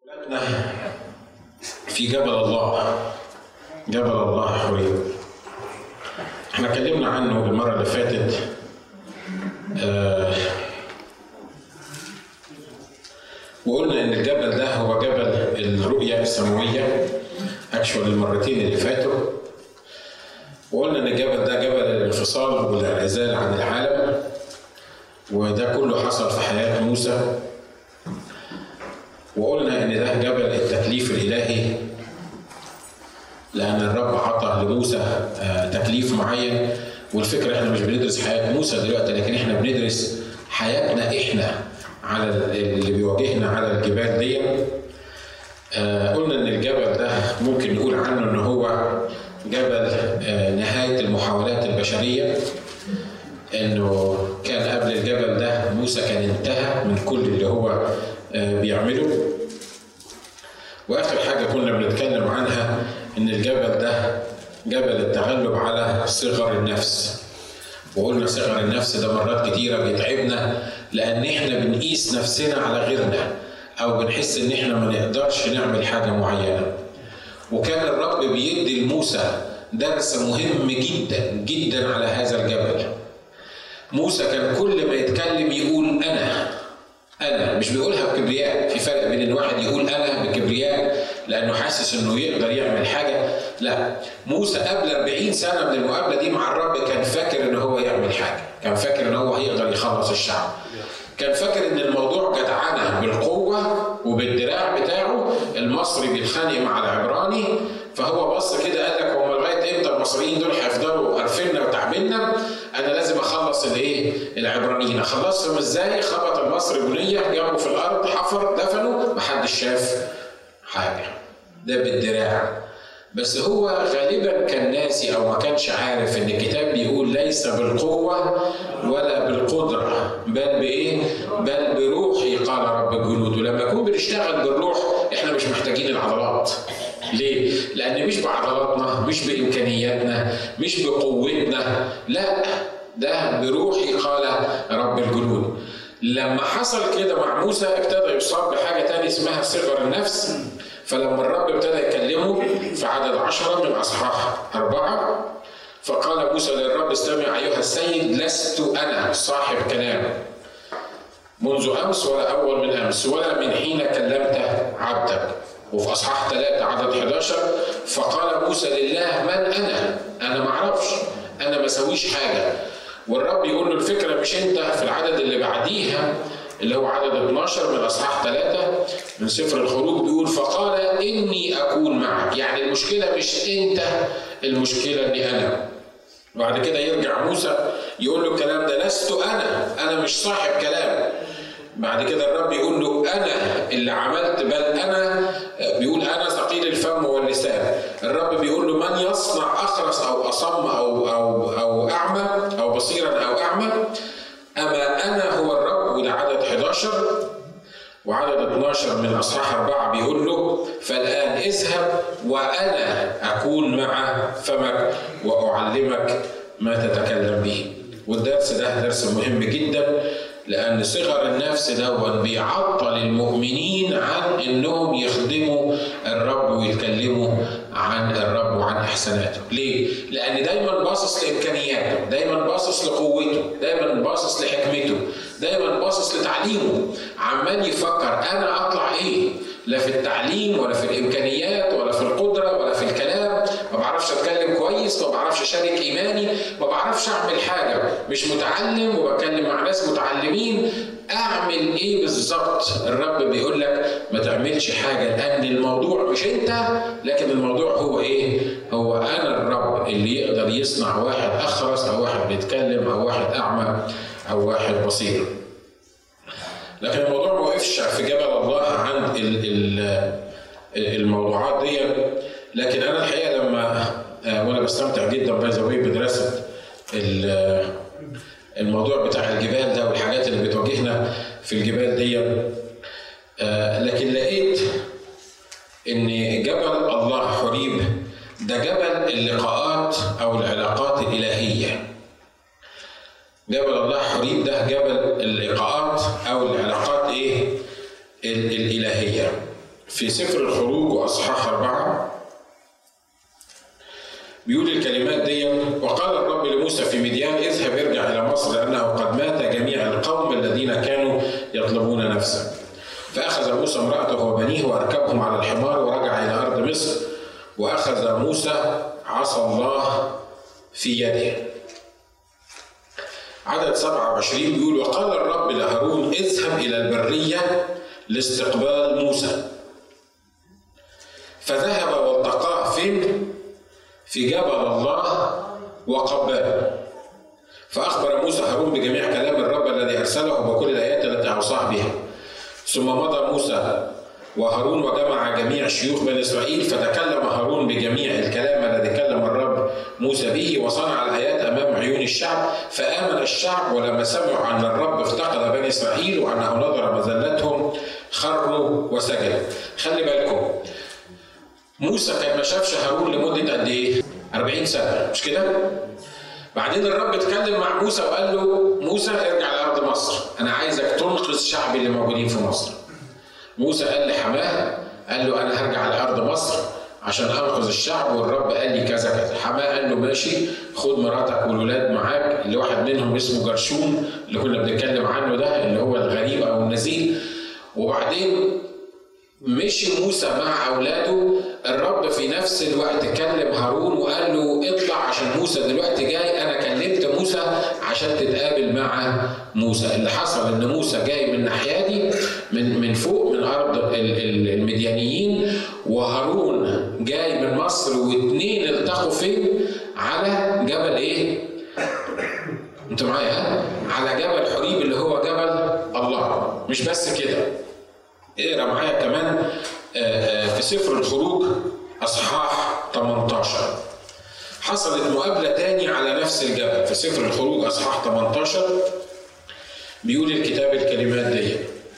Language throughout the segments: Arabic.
في جبل الله حريب. احنا اتكلمنا عنه المرة اللي فاتت وقلنا ان الجبل ده هو جبل الرؤية السماوية اكشوال المرتين اللي فاتوا، وقلنا ان الجبل ده جبل الانفصال والانعزال عن العالم، وده كله حصل في حياة موسى. وقلنا ان ده جبل التكليف الالهي، لان الرب عطى لموسى تكليف معين. والفكره احنا مش بندرس حياه موسى دلوقتي، لكن احنا بندرس حياتنا احنا على اللي بيواجهنا على الجبال دي. قلنا ان الجبل ده ممكن نقول عنه ان هو جبل نهايه المحاولات البشريه، انه كان قبل الجبل ده موسى كان انتهى من كل اللي هو بيعمله. واخر حاجه كنا بنتكلم عنها ان الجبل ده جبل التغلب على صغر النفس. وقلنا صغر النفس ده مرات كتيره بيتعبنا، لان احنا بنقيس نفسنا على غيرنا، او بنحس ان احنا ما نقدرش نعمل حاجه معينه. وكان الرب بيدي لموسى درس مهم جدا جدا على هذا الجبل. موسى كان كل ما يتكلم يقول أنا، مش بيقولها بكبرياء. في فرق بين ان واحد يقول أنا بكبرياء لأنه حاسس إنه يقدر يعمل حاجة. لا، موسى قبل 40 سنة من المقابلة دي مع الرب كان فاكر إن هو يعمل حاجة، كان فاكر إن هو هيقدر يخلص الشعب، كان فاكر إن الموضوع جدعنة بالقوة وبالدراع بتاعه. المصري بيتخانق مع العبراني، فهو بص كده قال لك هم لغاية إمتى المصريين دول هيفضلوا قرفنا وتعبنا؟ أنا لازم أخلص العبرانيين. أخلصهم إزاي؟ خبط المصري بنية، جابوا في الأرض، حفر، دفنوا، محدش شاف حاجة. ده بالدراع. بس هو غالبا كان ناسي او ما كانش عارف ان الكتاب بيقول ليس بالقوة ولا بالقدرة بل بايه؟ بل بروحي قال رب الجنود. ولما نكون بنشتغل بالروح احنا مش محتاجين العضلات. ليه؟ لان مش بعضلاتنا، مش بامكانياتنا، مش بقوتنا، لا، ده بروحي قال رب الجنود. لما حصل كده مع موسى ابتدى يصاب بحاجة تانية اسمها صغر النفس. فلما الرب ابتدى يكلمه في عدد 10 من أصحاح 4، فقال موسى للرب استمع أيها السيد، لست أنا صاحب كلام منذ أمس ولا أول من أمس ولا من حين كلمت عبدك. وفي أصحاح 3 عدد 11 فقال موسى لله من أنا معرفش، أنا ما سويش حاجة. والرب يقول له الفكرة مش أنت. في العدد اللي بعديها اللي هو عدد 12 من أصحاح 3 من سفر الخروج بيقول فقال إني أكون معك. يعني المشكلة مش أنت، المشكلة إني أنا. بعد كده يرجع موسى يقول له الكلام ده، لست أنا مش صاحب كلام. بعد كده الرب يقول له أنا اللي عملت، بل أنا، بيقول أنا ثقيل الفم واللسان. الرب بيقول له من يصنع أخرس أو أصم أو أعمى أو بصيرا أو أعمى، أما أنا هو الرب. وده عدد 11. وعدد 12 من أصحاح 4 بيقول له فالآن اذهب وأنا أكون مع فمك وأعلمك ما تتكلم به. والدرس ده درس مهم جدا، لأن صغر النفس ده بيعطل المؤمنين عن إنهم يخدموا الرب ويتكلموا عن الرب وعن إحساناته. ليه؟ لأن دايما باصص لإمكانياته، دايما باصص لقوته، دايما باصص لحكمته، دايما باصص لتعليمه. عمال يفكر أنا أطلع إيه؟ لا في التعليم ولا في الإمكانيات ولا في القدرة ولا في الكلام. ما بعرفش أتكلم كويس، ما بعرفش أشارك إيماني، ما بعرفش أعمل حاجة. مش متعلم وبتكلم مع ناس متعلمين. أعمل إيه بالظبط؟ الرب بيقول لك ما تعملش حاجة، لأن الموضوع مش أنت، لكن الموضوع هو إيه؟ هو أنا الرب اللي يقدر يصنع واحد أخرس أو واحد بيتكلم أو واحد أعمى أو واحد بصير. لكن الموضوع ما وقفش في جبل الله عند الموضوعات دي. لكن أنا الحقيقة لما وأنا بستمتع جدا بدراسة الموضوع بتاع الجبال ده والحاجات اللي بتواجهنا في الجبال دي، لكن لقيت إن جبل الله حريب ده جبل اللقاءات أو العلاقات الإلهية. جبل الله حريب ده جبل اللقاءات أو العلاقات الإلهية. في سفر الخروج وأصحاح 4 بيقول الكلمات دي: وقال الرب لموسى في مديان اذهب ارجع إلى مصر لأنه قد مات جميع القوم الذين كانوا يطلبون نفسه. فأخذ موسى امرأته وبنيه وأركبهم على الحمار ورجع إلى أرض مصر، وأخذ موسى عصا الله في يده. عدد 27 بيقول: وقال الرب لهارون اذهب إلى البرية لاستقبال موسى. فذهب والتقاه فين؟ في جبل الله وقبله. فأخبر موسى هارون بجميع كلام الرب الذي أرسله وكل الآيات التي أوصاه بها. ثم مضى موسى وهارون وجمع جميع شيوخ بني إسرائيل، فتكلم هارون بجميع الكلام الذي كلم الرب موسى به، وصنع الآيات أمام عيون الشعب. فآمن الشعب، ولما سمعوا أن الرب افتقد بني إسرائيل وأنه نظر مذلتهم خروا وسجدوا. خلي بالكم، موسى كان ما شافش هارون لمدة قد إيه؟ 40 سنة، مش كده؟ بعدين الرب اتكلم مع موسى وقال له: موسى ارجع لأرض مصر، أنا عايزك تنقذ شعبي اللي موجودين في مصر. موسى قال لحماه، قال له: أنا هرجع لأرض مصر عشان أنقذ الشعب، والرب قال لي كذا كذا. حماه قال له: ماشي، خد مراتك والولاد معاك، اللي واحد منهم اسمه جرشوم اللي كنا بنتكلم عنه ده، اللي هو الغريب أو النزيل. وبعدين مشي موسى مع أولاده. الرب في نفس الوقت كلم هارون وقال له: اطلع عشان موسى دلوقتي جاي، أنا كلمت موسى عشان تتقابل مع موسى. اللي حصل إن موسى جاي من ناحية دي من فوق من أرض المديانيين، وهارون جاي من مصر، واثنين التقوا فين؟ على جبل إيه؟ أنتوا معايا؟ على جبل حريب اللي هو جبل الله. مش بس كده، اقرا معايا كمان في سفر الخروج اصحاح 18 حصلت مقابله تاني على نفس الجبل. في سفر الخروج اصحاح 18 بيقول الكتاب الكلمات دي: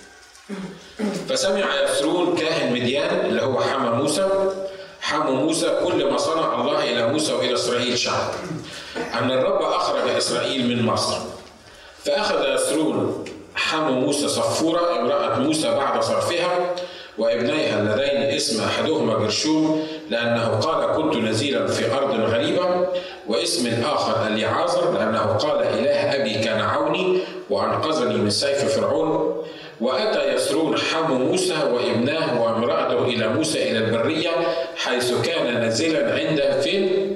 فسمع يثرون كاهن مديان اللي هو حمى موسى كل ما صنع الله الى موسى والى اسرائيل شعب، ان الرب اخرج اسرائيل من مصر. فاخذ يثرون حمى موسى صفورة امرأة موسى بعد صرفها وابنيها اللذين اسم أحدهما جرشوم، لأنه قال: كنت نزيلا في أرض غريبة، واسم الآخر اليعازر، لأنه قال: إله أبي كان عوني وأنقذني من سيف فرعون. وأتى يثرون حمى موسى وابناه وامرأته إلى موسى إلى البرية، حيث كان نازلا عند فين؟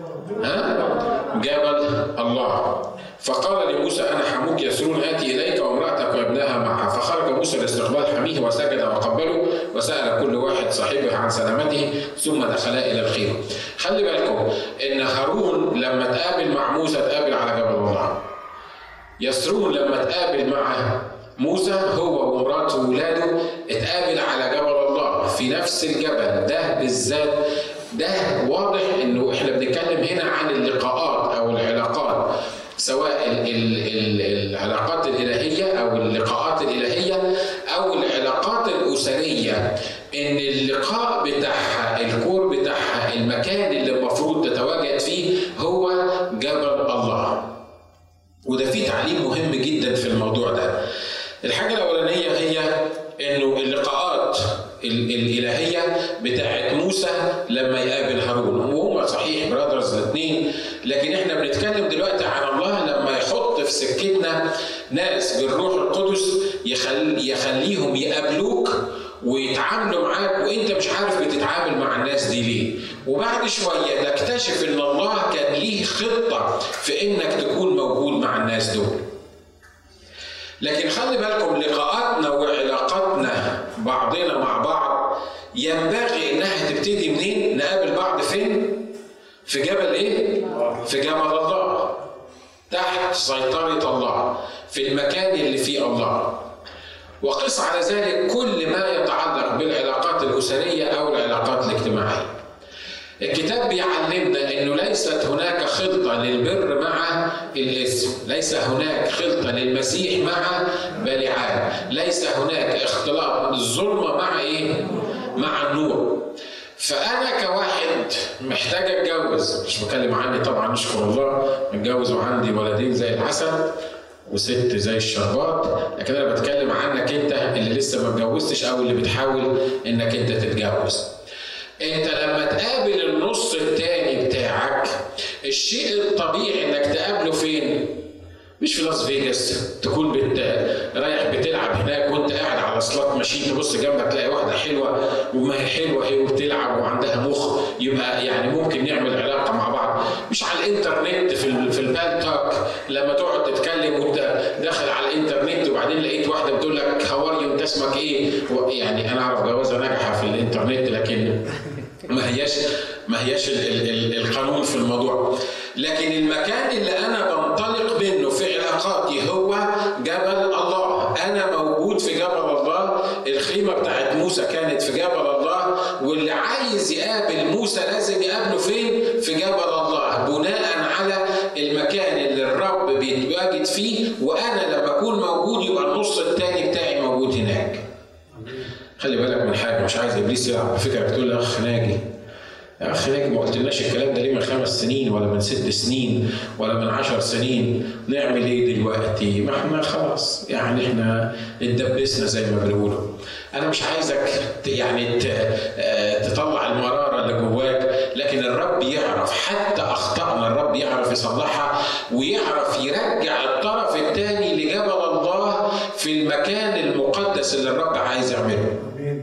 جبل الله. فقال لموسى: أنا حموك يثرون، آتي إليك وامرأتك وابنها معها. فخرج موسى لاستقبال حميه وسجد وقبله، وسأل كل واحد صاحبه عن سلامته، ثم دخلا إلى الخيمة. خلي بالكم إن هارون لما تقابل مع موسى تقابل على جبل الله. يثرون لما تقابل مع موسى هو ومراته وولاده اتقابل على جبل الله في نفس الجبل ده بالذات. ده واضح إنه إحنا بنتكلم هنا عن اللقاءات أو العلاقات، سواء العلاقات الإلهية أو اللقاءات الإلهية أو العلاقات الأسرية. إن اللقاء بتاعها، الكور بتاعها، المكان اللي المفروض تتواجد فيه هو جبل الله. وده فيه تعليم مهم جدا في الموضوع ده. الحاجة الأولانية هي إنه اللقاءات الإلهية بتاعت موسى لما يقابل هارون، وهم صحيح برادرز الاثنين، لكن احنا بنتكلم دلوقتي عن الله لما يحط في سكتنا ناس بالروح القدس يخليهم يقابلوك ويتعاملوا معاك وانت مش عارف بتتعامل مع الناس دي ليه. وبعد شوية نكتشف ان الله كان ليه خطة في انك تكون موجود مع الناس دول. لكن خلي بالكم، لقاءاتنا وعلاقاتنا بعضنا مع بعض ينبغي انها تبتدي منين؟ نقابل بعض فين؟ في جبل ايه؟ في جبل الله، تحت سيطرة الله، في المكان اللي فيه الله. وقس على ذلك كل ما يتعلق بالعلاقات الأسرية أو العلاقات الاجتماعية. الكتاب بيعلمنا أنه ليست هناك خلطة للبر مع الإثم، ليس هناك خلطة للمسيح مع بلعام، ليس هناك اختلاط الظلمة مع إيه؟ مع النور. فأنا كواحد محتاج أتجوز، مش بكلم عني طبعا، نشكر الله متجوز وعندي ولدين زي العسل، وست زي الشربات، لكن انا بتكلم عنك انت اللي لسه ما اتجوزتش او اللي بتحاول انك انت تتجوز. انت لما تقابل النص التاني بتاعك، الشيء الطبيعي انك تقابله فين؟ مش في لاس فيجاس تكون رايح بتلعب هناك وانت قاعد على سلات ماشين، تبص جنبك تلاقي واحده حلوه وما هي حلوه هي وبتلعب وعندها مخ، يبقى يعني ممكن نعمل علاقه مع بعض. مش على الانترنت في البال توك لما تقعد تتكلم وانت داخل على الانترنت وبعدين لقيت واحده بتقول لك هاو ار يو، انت اسمك ايه؟ يعني انا اعرف جوازه ناجحه في الانترنت، لكن ما هياش القانون في الموضوع. لكن المكان اللي انا بنطلق منه في علاقاتي هو جبل الله. انا موجود في جبل الله. الخيمه بتاعت موسى كانت في جبل الله، واللي عايز يقابل موسى لازم يقابله فين؟ في جبل الله، بناء على المكان اللي الرب بيتواجد فيه. وانا لما اكون موجود يبقى النص الثاني بتاعي موجود هناك. خلي بالك من حاجه، مش عايز ابليس يلعب بفكره بتقول يا اخ ناجي، يا اخي ناجي ما قلتلناش الكلام ده ليه من 5 سنين ولا من 6 سنين ولا من 10 سنين؟ نعمل ايه دلوقتي؟ ما احنا خلاص يعني احنا اتدبسنا زي ما بنقولوا. انا مش عايزك يعني تطلع المراره اللي جواك، لكن الرب يعرف حتى اخطائنا، الرب يعرف يصلحها ويعرف يرجع الطرف الثاني لجبل الله في المكان المقدس اللي الرب عايز يعمله.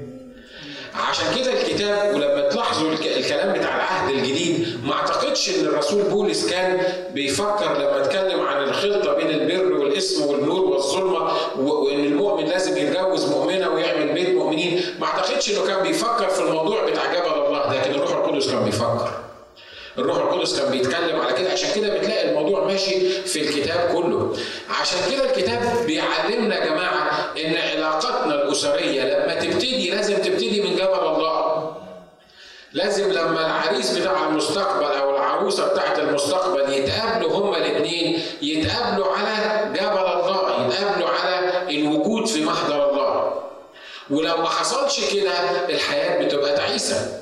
عشان كده الكتاب، ولما تلاحظوا الكلام بتاع العهد الجديد، ما اعتقدش ان الرسول بولس كان بيفكر لما اتكلم عن الخلطه بين البر والاسم والنور والظلمه، وان المؤمن لازم يتجوز مؤمنه ويعمل بيت مؤمنين. ما اعتقدش انه كان بيفكر في الموضوع بتاع جبل الله ده، لكن الروح القدس كان بيفكر. الروح القدس كان بيتكلم على كده. عشان كده بتلاقي الموضوع ماشي في الكتاب كله. عشان كده الكتاب بيعلمنا يا جماعه ان علاقتنا الاسريه لما تبتدي لازم تبتدي من جبل الله. لازم لما العريس بتاع المستقبل او العروسه بتاعت المستقبل يتقابلوا هما الاثنين، يتقابلوا على جبل الله، يتقابلوا على الوجود في محضر الله. ولو ما حصلش كده الحياه بتبقى تعيسه.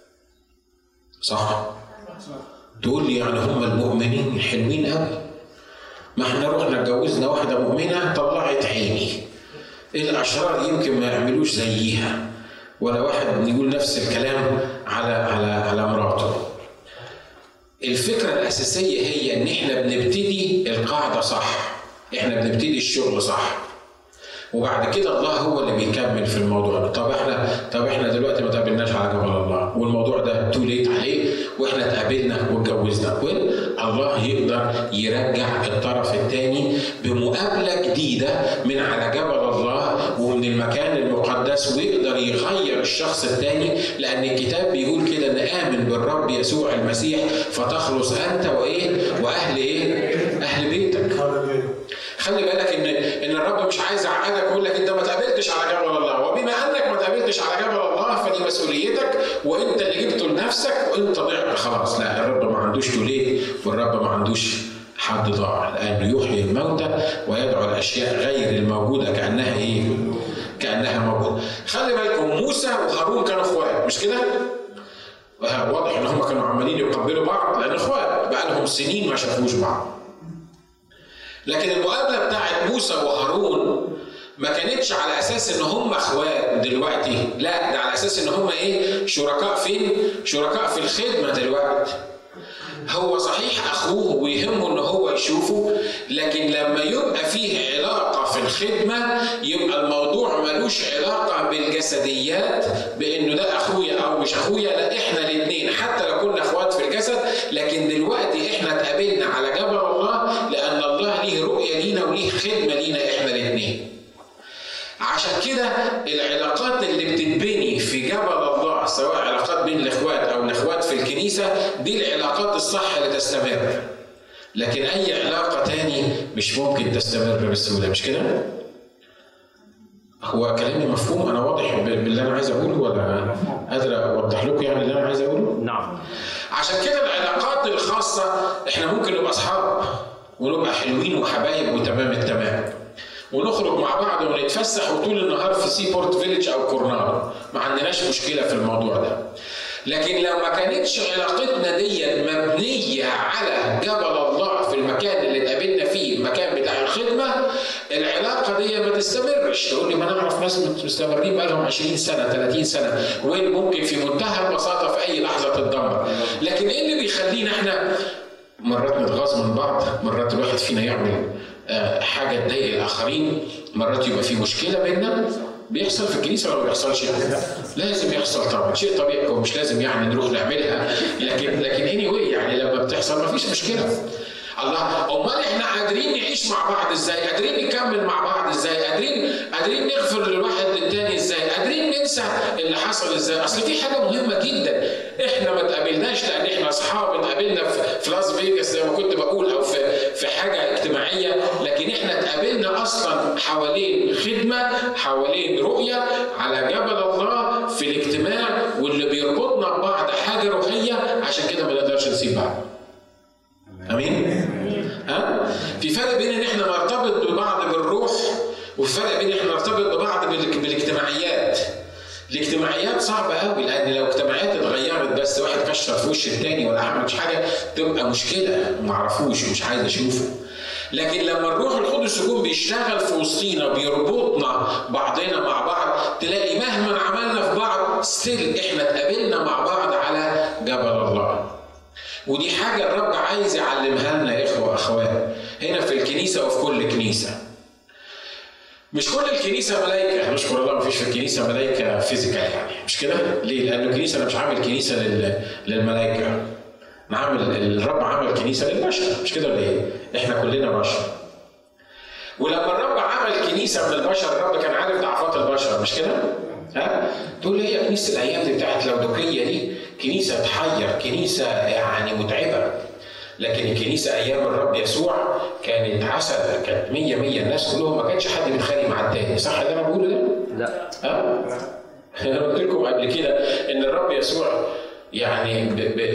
صح؟ تقول لي يعني هم المؤمنين حلوين قوي، ما احنا رحنا اتجوزنا واحده مؤمنه طلعت عيني، الاشرار يمكن ما يعملوش زيها، ولا واحد يقول نفس الكلام على مراته. الفكره الاساسيه هي ان احنا بنبتدي القاعده صح، احنا بنبتدي الشغل صح، وبعد كده الله هو اللي بيكمل في الموضوع ده. طب احنا دلوقتي ما تقابلناش على جبل الله، والموضوع ده تو ليت عليه، واحنا اتقابلنا واتجوزنا، الله يقدر يرجع الطرف الثاني بمقابله جديده من على جبل الله ومن المكان المقدس، ويقدر يغير الشخص الثاني. لان الكتاب بيقول كده ان امن بالرب يسوع المسيح فتخلص انت واهل اهل بيتك. خلي بالك ان الرب مش عايز يعقدك ويقول لك انت ما تقابلتش على جبل الله، وبما انك ما تقابلتش على جبل الله فدي مسؤوليتك وانت اللي جبته لنفسك وانت ضعت خلاص. لا، الرب ما عندوش توليه، والرب ما عندوش حد ضاع، لانه يحيي الموتى ويدعو الاشياء غير الموجوده كانها موجوده. خلي بالكم موسى وهارون كانوا اخوات، مش كده؟ واضح ان هم كانوا عمالين يقبلوا بعض لان اخوات بقى لهم سنين ما شافوش بعض. لكن المقابله بتاعت موسى وهارون ما كانتش على اساس ان هم اخوات دلوقتي، لا، ده على اساس ان هم شركاء فين؟ شركاء في الخدمه دلوقتي. هو صحيح اخوه ويهمه ان هو يشوفه، لكن لما يبقى فيه علاقه في الخدمه يبقى الموضوع ملوش علاقه بالجسديات، بانه ده اخويا او مش اخويا، لا، احنا الاثنين حتى لو كنا اخوات في الجسد، لكن دلوقتي احنا اتقابلنا على جبل الله لان الله ليه رؤيه لينا وليه خدمه لينا احنا الاثنين. عشان كده العلاقات اللي بتتبني في جبل الله، سواء علاقات بين الاخوات او الاخوات في الكنيسه، دي العلاقات الصح اللي تستمر. لكن اي علاقه تاني مش ممكن تستمر بسهوله، مش كده؟ هو كلامي مفهوم؟ انا واضح باللي انا عايز اقوله ولا قادر اوضح لكم يعني اللي انا عايز اقوله؟ نعم. عشان كده العلاقات الخاصه احنا ممكن نبقى اصحاب ونبقى حلوين وحبايب وتمام التمام، ونخرج مع بعض ونتفسح وطول النهار في سي بورت فيليج او كورنارو، ما عندناش مشكله في الموضوع ده. لكن لو ما كانتش علاقتنا دي مبنيه على جبل الله في المكان اللي اتقابلنا فيه، المكان بتاع الخدمه، العلاقه دي ما تستمرش. تقول لي ما نعرف ناس مستمرين بقى لهم 20 سنه 30 سنه، وممكن في منتهى البساطه في اي لحظه تتدمر. لكن ايه اللي بيخلينا احنا مرات نتغاظ من بعض، مرات الواحد فينا يعمل حاجه تضايق الاخرين، مرات يبقى في مشكله بيننا. بيحصل في الكنيسه ولا ما بيحصلش؟ لازم يحصل طبعا، شيء طبيعي ومش لازم يعني نروح نعملها، لكن anyway يعني لما بتحصل ما فيش مشكله. الله، امال احنا قادرين نعيش مع بعض ازاي؟ قادرين نكمل مع بعض ازاي؟ قادرين نغفر للواحد للتاني ازاي؟ قادرين ننسى اللي حصل ازاي؟ اصل في حاجه مهمه جدا، احنا ما تقابلناش لان احنا اصحاب اتقابلنا في لاس فيجاس زي ما كنت بقول، او في حاجه اجتماعيه، لكن احنا اتقابلنا اصلا حوالين خدمه، حوالين رؤيه على جبل الله في الاجتماع، واللي بيربطنا ببعض حاجه روحيه، عشان كده ما نقدرش نسيب بعض. امين؟ ها؟ في فرق بين ان احنا نرتبط ببعض بالروح، وفي فرق بين ان احنا نرتبط ببعض بالاجتماعيات. الاجتماعيات صعبه قوي، لان لو اجتماعيات اتغيرت بس واحد كشر في وش الثاني ولا عمل مش حاجه تبقى مشكله، ما اعرفوش ومش عايز اشوفه. لكن لما الروح القدس يكون بيشتغل في وسطينا بيربطنا بعضنا مع بعض، تلاقي مهما عملنا في بعض ستيل احنا اتقابلنا مع بعض على جبل الله. ودي حاجة الرب عايز يعلمها لنا يا إخوة وأخوات هنا في الكنيسة وفي كل كنيسة. مش كل الكنيسة ملايكة، نشكر الله مفيش في الكنيسة ملايكة فيزيكال يعني، مش كده؟ ليه؟ لأنه الكنيسة أنا مش عامل كنيسة للملايكة. الرب عمل كنيسة للبشر، مش كده ولا إيه؟ إحنا كلنا بشر. ولما الرب عمل كنيسة من البشر، الرب كان عارف ضعفات البشر، مش كده؟ ها؟ تقول لي هي كنيسة الأيام دي بتاعت لودوكية دي كنيسة تحير، كنيسة يعني متعبة. لكن الكنيسة أيام الرب يسوع كانت عسل، كانت 100 الناس كلهم، ما كانش حد بيتخانق مع التاني. صح اللي أنا بقوله ده؟ لا. أنا قلت لكم قبل كده إن الرب يسوع يعني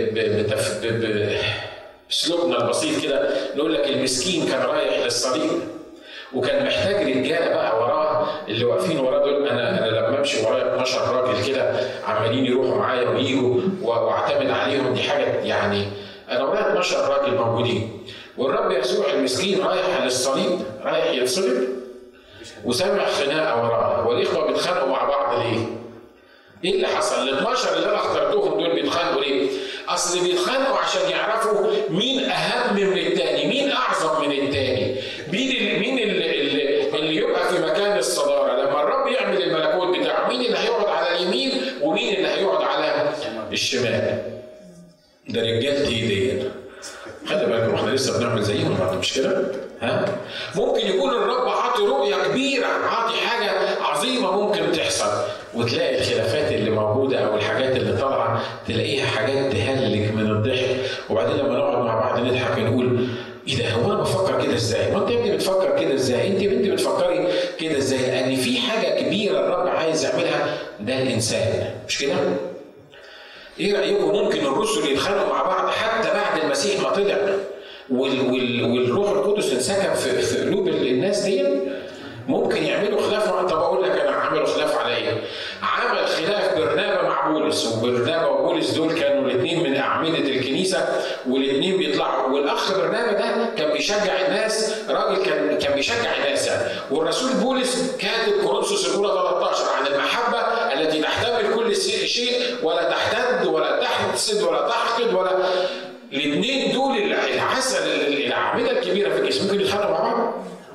بأسلوبنا البسيط كده نقول لك المسكين كان رايح للصليب، وكان محتاج رجاله بقى وراه، اللي واقفين وراه دول. انا لما امشي ورايا 12 راجل كده عمالين يروحوا معايا وييجوا واعتمد عليهم، دي حاجه يعني انا ورايا 12 راجل موجودين، والرب يسوع المسكين رايح للصليب، رايح يتصلب، وسامع خناقه وراه، والاخوه بيتخانقوا مع بعض ليه؟ ايه اللي حصل؟ ال 12 اللي انا اخترتهم دول بيتخانقوا ليه؟ اصل بيتخانقوا عشان يعرفوا مين اهم من الثاني، مين اعظم من الثاني، مين اللي يبقى في مكان الصداره لما الرب يعمل الملكوت بتاعه، مين اللي هيقعد على اليمين ومين اللي هيقعد على الشمال. ده رجالتي دي، خلي بالكم احنا لسه بنعمل زيهم برضه، مش كده؟ ها؟ ممكن يكون الرب عاطي رؤيه كبيره، عاطي حاجه عظيمه ممكن تحصل، وتلاقي الخلافات اللي موجوده او الحاجات اللي طالعه تلاقيها حاجات تهلك من الضحك، وبعدين لما نقعد مع بعض نضحك نقول ايه ده؟ هو انا بفكر كده ازاي؟ ما انت يا ابني بتفكر كده ازاي؟ انت يا بنتي بتفكري كده ازاي؟ لان في حاجه كبيره الرب عايز يعملها، ده الانسان، مش كده؟ ايه رايكم ممكن الرسل يتخانقوا مع بعض حتى بعد المسيح ما طلع والروح القدس انسكب في قلوب الناس دي؟ ممكن يعملوا خلاف. طب اقول لك انا عملوا خلاف على ايه؟ عمل خلاف برنابا مع بولس، وبرنابا وبولس دول كانوا الاثنين من اعمده الكنيسه، والاثنين بيطلعوا، والاخ برنابا ده كان بيشجع الناس، راجل كان بيشجع الناس يعني. والرسول بولس كاتب كورنثوس الاولى 13 عن المحبه التي تحتمل كل شيء ولا تحتد ولا تحسد ولا تحقد ولا. الاثنين دول العسل، الاعمده الكبيره في الجسم، ممكن يتخانقوا مع بعض.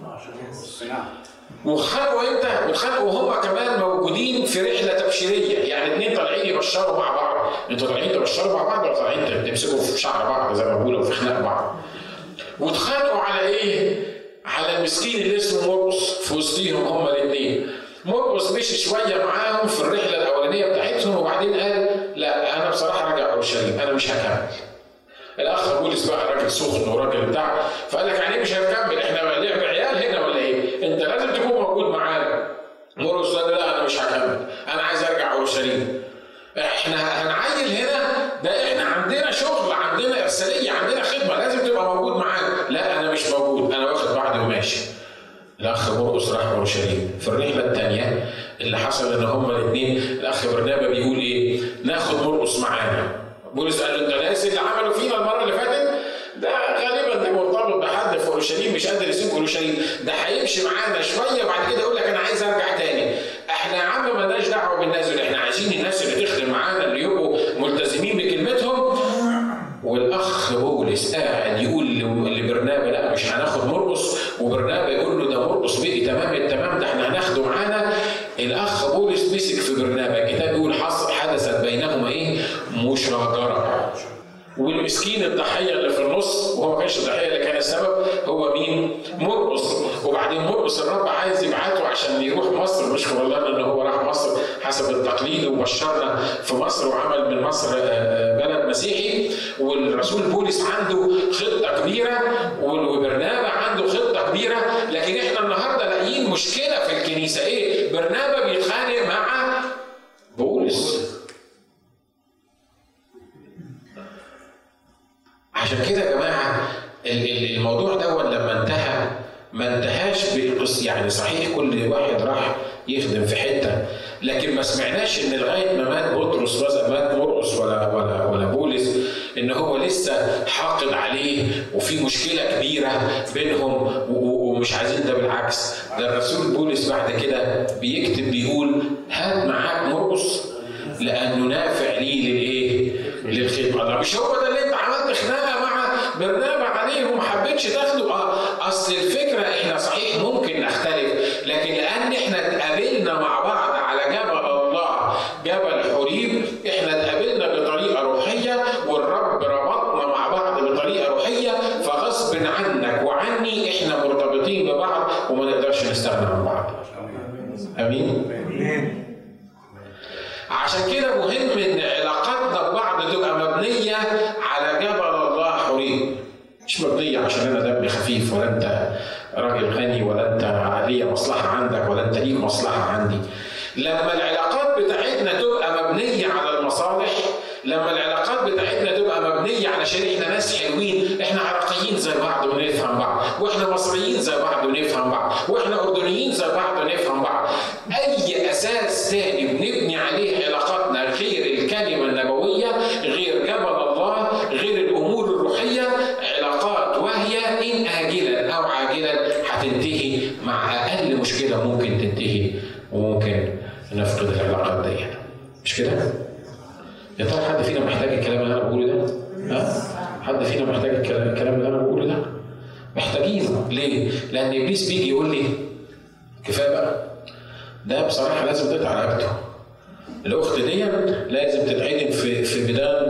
وخانقوا امتى؟ وخانقوا وهم كمان موجودين في رحله تبشيريه، يعني اثنين طالعين يبشروا مع بعض. انتوا طالعين تبشروا مع بعض ولا طالعين تمسكوا في شعر بعض زي ما بيقولوا، في خناق بعض؟ واتخانقوا على ايه؟ على المسكين اللي اسمه مرقس في وسطيهم هم الاثنين. مرقس مشي شويه معاهم في الرحله الاولانيه بتاعتهم، وبعدين قال لا انا بصراحه راجع اورشليم، انا مش هكمل. الاخ بولس بقى راجل سخن وراجل بتاع، فقال لك يعني مش هنكمل، احنا لعب عيال هنا ولا ايه؟ انت لازم تكون موجود معانا. مرقس قال لا انا مش هكمل، انا عايز ارجع اورشليم. احنا هنعيل هنا، ده احنا عندنا شغل، عندنا ارساليه، عندنا خدمه، لازم تبقى موجود معانا. لا انا مش موجود، انا واخد بعضي وماشي. الاخ مرقس راح اورشليم. في الرحله الثانيه اللي حصل ان هما الاثنين، الاخ برنابا بيقول ايه؟ ناخد مرقس معانا. بولس قال له انت ناسي اللي عملوا فينا المره اللي فاتت؟ ده غالبا ده مرتبط بحد فوق اورشليم مش قادر يسيب اورشليم، ده هيمشي معانا شويه وبعد كده يقول لك انا عايز ارجع تاني. احنا يا عم مالناش دعوه بالناس دول، احنا عايزين الناس اللي تخدم معانا اللي يبقوا ملتزمين بكلمتهم. والاخ بولس قاعد يقول لبرنابا لا مش هناخد مرقس، وبرنابا يقول له ده مرقس بقي تمام التمام، ده احنا هناخده معانا. الاخ بولس مسك في برنابا، الكتاب بيقول حدثت بينهما ايه؟ مشاجره. والمسكين الضحيه اللي في النص، وهو ما كانش الضحيه اللي كان السبب، هو مين؟ مرقس. وبعدين مرقس الرب عايز يبعته عشان يروح مصر، نشكر الله ان هو راح مصر حسب التقليد وبشرنا في مصر وعمل من مصر بلد مسيحي. والرسول بولس عنده خطه كبيره وبرنابا عنده خطه كبيره، لكن احنا النهارده لاقيين مشكله في الكنيسه. ايه؟ برنابا بيتخانق مع بولس. عشان كده يا جماعه الموضوع ده لما انتهى ما انتهاش بالقصه، يعني صحيح كل واحد راح يخدم في حته، لكن ما سمعناش ان لغايه ما مات بطرس مات مرقس ولا بولس ان هو لسه حاقد عليه وفي مشكله كبيره بينهم ومش عايزين ده. بالعكس، ده الرسول بولس بعد كده بيكتب بيقول هات معاك مرقس لانه نافع لي للايه؟ للخدمه. الله، مش هو ده اللي انت عملت خناقه مع برنابا عليه وما حبيتش تاخده؟ اصل الفكره احنا صحيح ممكن نختلف، لكن لان احنا اتقابلنا مع بعض على جبل الله، جبل حوريب، احنا اتقابلنا بطريقه روحيه والرب ربطنا مع بعض بطريقه روحيه، فغصب عنك وعني احنا مرتبطين ببعض وما نقدرش نستغنى عن بعض. امين. عشان كده مهم ان علاقاتنا ببعض تبقى مبنيه على جبل الله حوريب، مش مبنيه عشان انا دمي خفيف ولا انت راجل غني ولا انت ليا مصلحه عندك ولا انت ليك مصلحه عندي. لما العلاقات بتاعتنا تبقى مبنيه على المصالح، لما العلاقات بتاعتنا تبقى مبنيه علشان احنا ناس حلوين، احنا عراقيين زي بعض ونفهم بعض، واحنا مصريين زي بعض ونفهم بعض، واحنا اردنيين زي بعض ونفهم بعض. اي اساس تاني بنبني عليه علاقاتنا غير الكلمه النبويه، غير جبل الله، غير الامور الروحيه، علاقات واهيه ان اجلا او عاجلا هتنتهي مع اقل مشكله ممكن تنتهي، وممكن نفقد العلاقات دي. مش كده؟ يا ترى حد فينا محتاج الكلام اللي انا بقوله ده؟ ها؟ حد فينا محتاج الكلام اللي انا بقوله ده؟ محتاجينه. ليه؟ لان ابليس بيجي يقول لي كفايه بقى، ده بصراحه لازم تقطع رقبته. الاخت دي لازم تتعدم في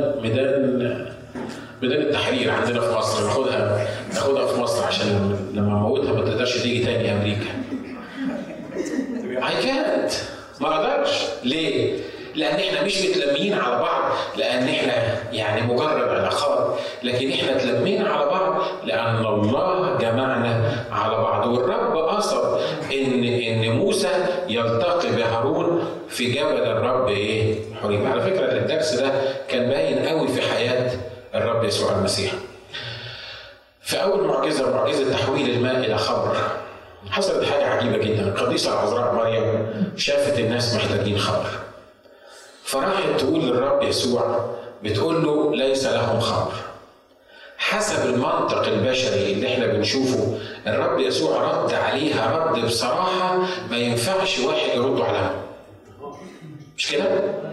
ميدان التحرير عندنا في مصر، ناخدها في مصر عشان لما اموتها ما تقدرش تيجي تاني امريكا. I can't، ما اقدرش. ليه؟ لان احنا مش متلمين على بعض لان احنا يعني مجرد علاقات، لكن احنا اتلمينا على بعض لان الله جمعنا على بعض. والرب قصد ان موسى يلتقي بهارون في جبل الرب ايه؟ حوريب. على فكره الدرس ده كان باين قوي في حياه الرب يسوع المسيح. في اول معجزه تحويل الماء الى خمر، حصلت حاجه عجيبه جدا. القديسه العذراء مريم شافت الناس محتاجين خمر، فراحت تقول للرب يسوع، بتقول له ليس لهم خمر. حسب المنطق البشري اللي احنا بنشوفه، الرب يسوع رد عليها رد بصراحه ما ينفعش واحد يرد عليها. مش كده؟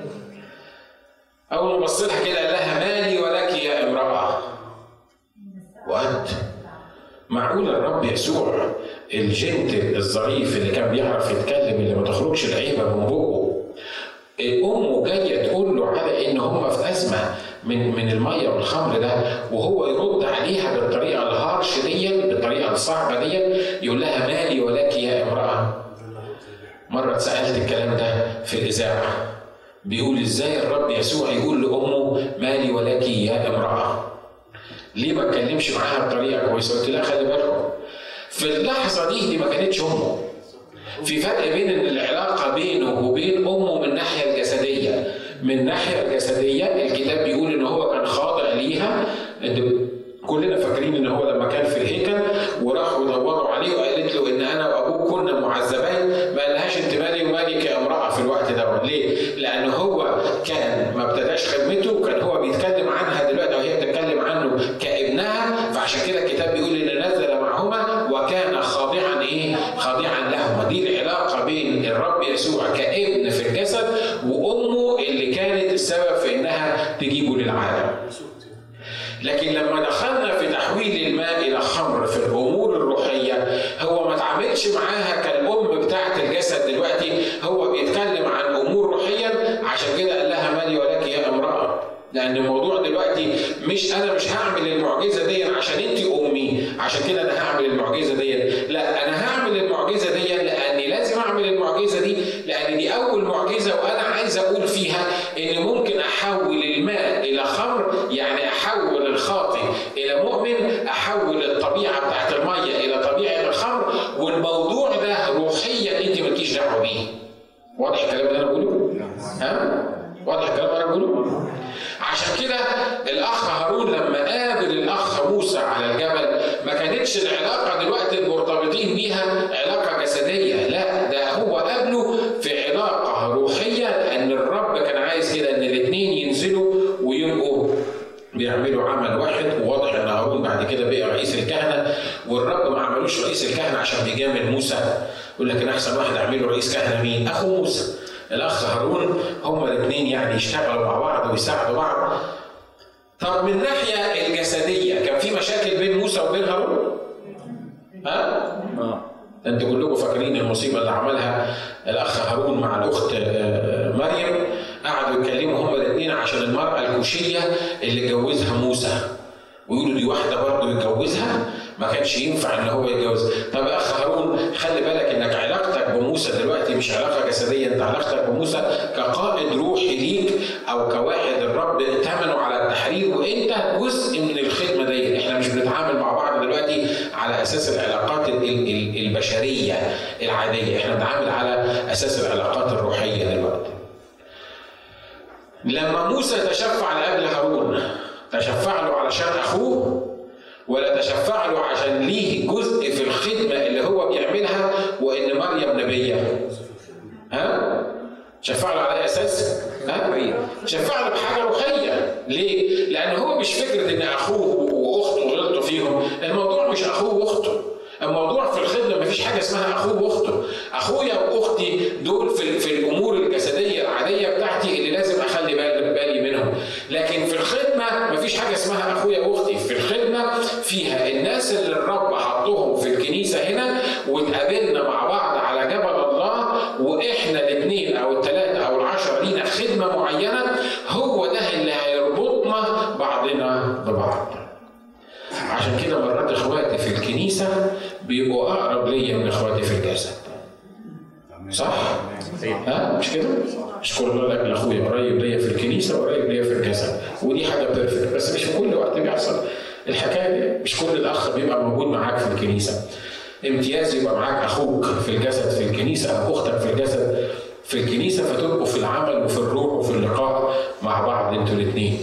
اول ما بص لها كده قال لها مالي ولك يا امراه. وقت معقول الرب يسوع الجنتل الظريف اللي كان بيعرف يتكلم، اللي ما تخرجش العيبه من بقه، امه جايه تقول له على ان هم في ازمه من الميه والخمر ده، وهو يرد عليها بالطريقه الهارش دي، بالطريقه الصعبه دي، يقول لها مالي ولك يا امراه. مره اتسالت الكلام ده في الاذاعه، بيقول ازاي الرب يسوع يقول لامه مالي ولك يا امراه؟ ليه ما اتكلمش معاها بطريقه كويسه؟ قلت لها خلي بالكم في اللحظه دي ما كانتش امه. في فرق بين ان العلاقه بينه وبين امه من الناحيه الجسديه. من الناحيه الجسديه الكتاب بيقول ان هو كان خاضع ليها. كلنا فاكرين ان هو لما كان في الهيكل وراحوا يدوروا عليه وقالت له ان انا وابوك كنا معذبين، ما قالهاش انت مالي ومالك يا امراه في الوقت ده. ليه؟ لان هو كان ما ابتداش خدمته، كان هو بيتكلم عنها دلوقتي وهي بتتكلم عنه كابنها، فعشان كده الكتاب بيقول ان نزل معهما السبب في انها تجيبه للعالم. لكن لما دخلنا في تحويل الماء الى خمر في الامور الروحيه، هو ما تعاملش معاها كالام بتاعه الجسد دلوقتي، هو بيتكلم عن امور روحيا. عشان كده قال لها مالي ولك يا امراه، لان الموضوع دلوقتي انا مش هعمل المعجزه دي عشان انت امي عشان كده انا هعمل المعجزه دي، لا، انا هعمل المعجزه دي لاني لازم اعمل المعجزه دي، لان دي اول معجزه وانا عايز اقول فيها ان ممكن احول الماء الى خمر، يعني احول الخاطئ الى مؤمن، احول الطبيعه بتاعت الميه الى طبيعه الخمر، والموضوع ده روحيا انت مالكيش دعوه بيه. واضح الكلام اللي انا بقوله؟ ها؟ واضح الكلام اللي انا بقوله؟ عشان كده الاخ هارون لما قابل الاخ موسى على الجبل، ما كانتش العلاقه دلوقتي المرتبطين بيها علاقه جسديه، لا، ده هو قابله في علاقه روحيه، لان الرب كان عايز كده ان الاثنين ينزلوا ويبقوا بيعملوا عمل واحد. وواضح ان هارون بعد كده بقى رئيس الكهنه، والرب ما عملوش رئيس الكهنه عشان بيجامل موسى، يقول لك احسن واحد اعمله رئيس كهنه مين؟ اخو موسى الاخ هارون. هما الاثنين يعني يشتغلوا مع بعض ويساعدوا بعض. طب من الناحيه الجسديه كان في مشاكل بين موسى وبين هارون؟ انتوا كلكم فاكرين المصيبه اللي عملها الاخ هارون مع الاخت مريم، قعدوا يتكلموا هما الاثنين عشان المراه الكوشيه اللي جوزها موسى، ويقولوا دي واحده برضه يتجوزها، ما كانش ينفع ان هو يتجوزها. طب يا اخ هارون خلي بالك انك علاقتك بموسى دلوقتي مش علاقه جسديه، انت علاقتك بموسى كقائد روحي ليك او كواحد الرب ائتمنه على التحرير، وانت جزء من الخدمه دي. احنا مش بنتعامل مع بعض دلوقتي على اساس العلاقات البشريه العاديه، احنا بنتعامل على اساس العلاقات الروحيه دلوقتي. لما موسى تشفع لأجل هارون، تشفع له علشان اخوه ولا تشفع له عشان ليه جزء في الخدمه اللي هو بيعملها وان مريم نبيه؟ شفع له على اساس شفع له بحاجه روحيه. ليه؟ لان هو مش فكره ان اخوه واخته غلطوا فيهم، الموضوع مش اخوه واخته، الموضوع في الخدمه مفيش حاجه اسمها اخوه واخته. اخويا واختي دول في الامور الجسديه العاديه بتاعتي اللي لازم اخلي بالي منهم، لكن في الخدمه مفيش حاجه اسمها اخويا واختي. في الخدمه فيها الناس اللي الرب حطهم في الكنيسه هنا، واتقابلنا مع بعض على جبل الله، واحنا الاثنين او الثلاثه او العشره لينا خدمه معينه، هو ده اللي هيربطنا بعضنا ببعض. عشان كده مرات اخواتي في الكنيسه بيبقوا اقرب ليا من اخواتي في الجسد. صح؟ مش كده؟ اشكر الله لك اخويا قريب ليا في الكنيسه وقريب ليا في الجسد، ودي حاجه بيرفكت، بس مش في كل وقت بيحصل الحكايه دي. مش كل الاخ بيبقى موجود معاك في الكنيسه. امتياز يبقى معاك اخوك في الجسد في الكنيسه او اختك في الجسد في الكنيسه، فتبقوا في العمل وفي الروح وفي اللقاء مع بعض انتوا الاثنين.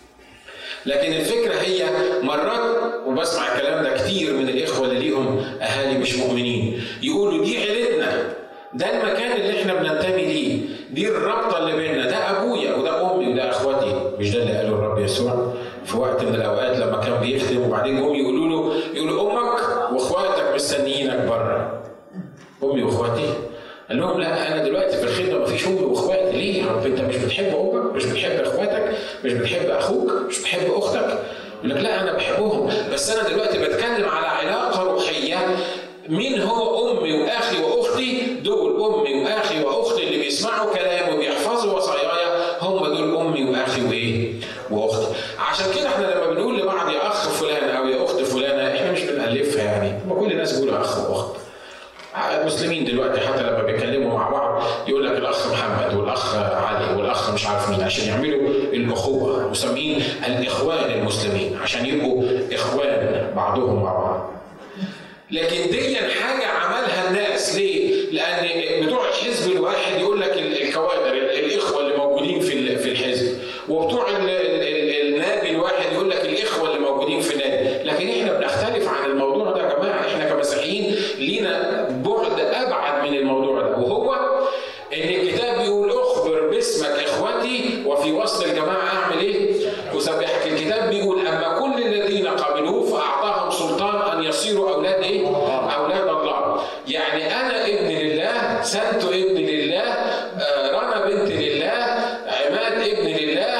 لكن الفكرة هي مرات، وبسمع الكلام ده كتير من الإخوة اللي ليهم أهالي مش مؤمنين، يقولوا دي عيلتنا، ده المكان اللي احنا بننتمي ليه، دي الرابطة اللي بيننا، ده أبويا وده أمي وده أخواتي. مش ده اللي قاله الرب يسوع في وقت من الأوقات لما كان بيخدم، وبعدين هم يقولوا أمك وأخواتك مستنيينك بره؟ أمي وأخواتي؟ قال لهم لا، انا دلوقتي في الخدمه مفيش امي واخواتي. ليه؟ رب انت مش بتحب امك؟ مش بتحب اخواتك؟ مش بتحب اخوك؟ مش بتحب اختك؟ يقول لك لا انا بحبهم، بس انا دلوقتي بتكلم على علاقه روحيه. مين هو امي واخي واختي؟ دول امي واخي واختي اللي بيسمعوا كلامي وبيحفظوا وصاياي، هم دول امي واخي وايه؟ واختي. عشان كده احنا لما بنقول لبعض يا اخ فلان او يا اخت فلانه، احنا مش بنألفها يعني، ما كل الناس بيقولوا اخ واخت. المسلمين دلوقتي حتى لما بيتكلموا مع بعض يقول لك الاخ محمد والاخ علي والاخ مش عارف مين، عشان يعملوا الاخوه، مسمين الاخوان المسلمين عشان يبقوا اخوان بعضهم مع بعض. لكن دي حاجه عملها الناس. ليه؟ لان بتوع الحزب الواحد يقول لك الكوادر الاخوه اللي موجودين في الحزب، وبتوع النادي الواحد يقول لك الاخوه اللي موجودين في النادي. لكن احنا بنختلف عن الموضوع ده يا جماعه. احنا كمسيحيين لينا بعد ابعد من الموضوع ده، وهو ان الكتاب بيقول اخبر باسمك اخوتي وفي وسط الجماعه اعمل ايه؟ اسبحك. الكتاب بيقول اما كل الذين قبلوه فاعطاهم سلطان ان يصيروا اولاد ايه؟ اولاد الله. يعني انا ابن لله، سنتو ابن لله، رنا بنت لله، عماد ابن لله،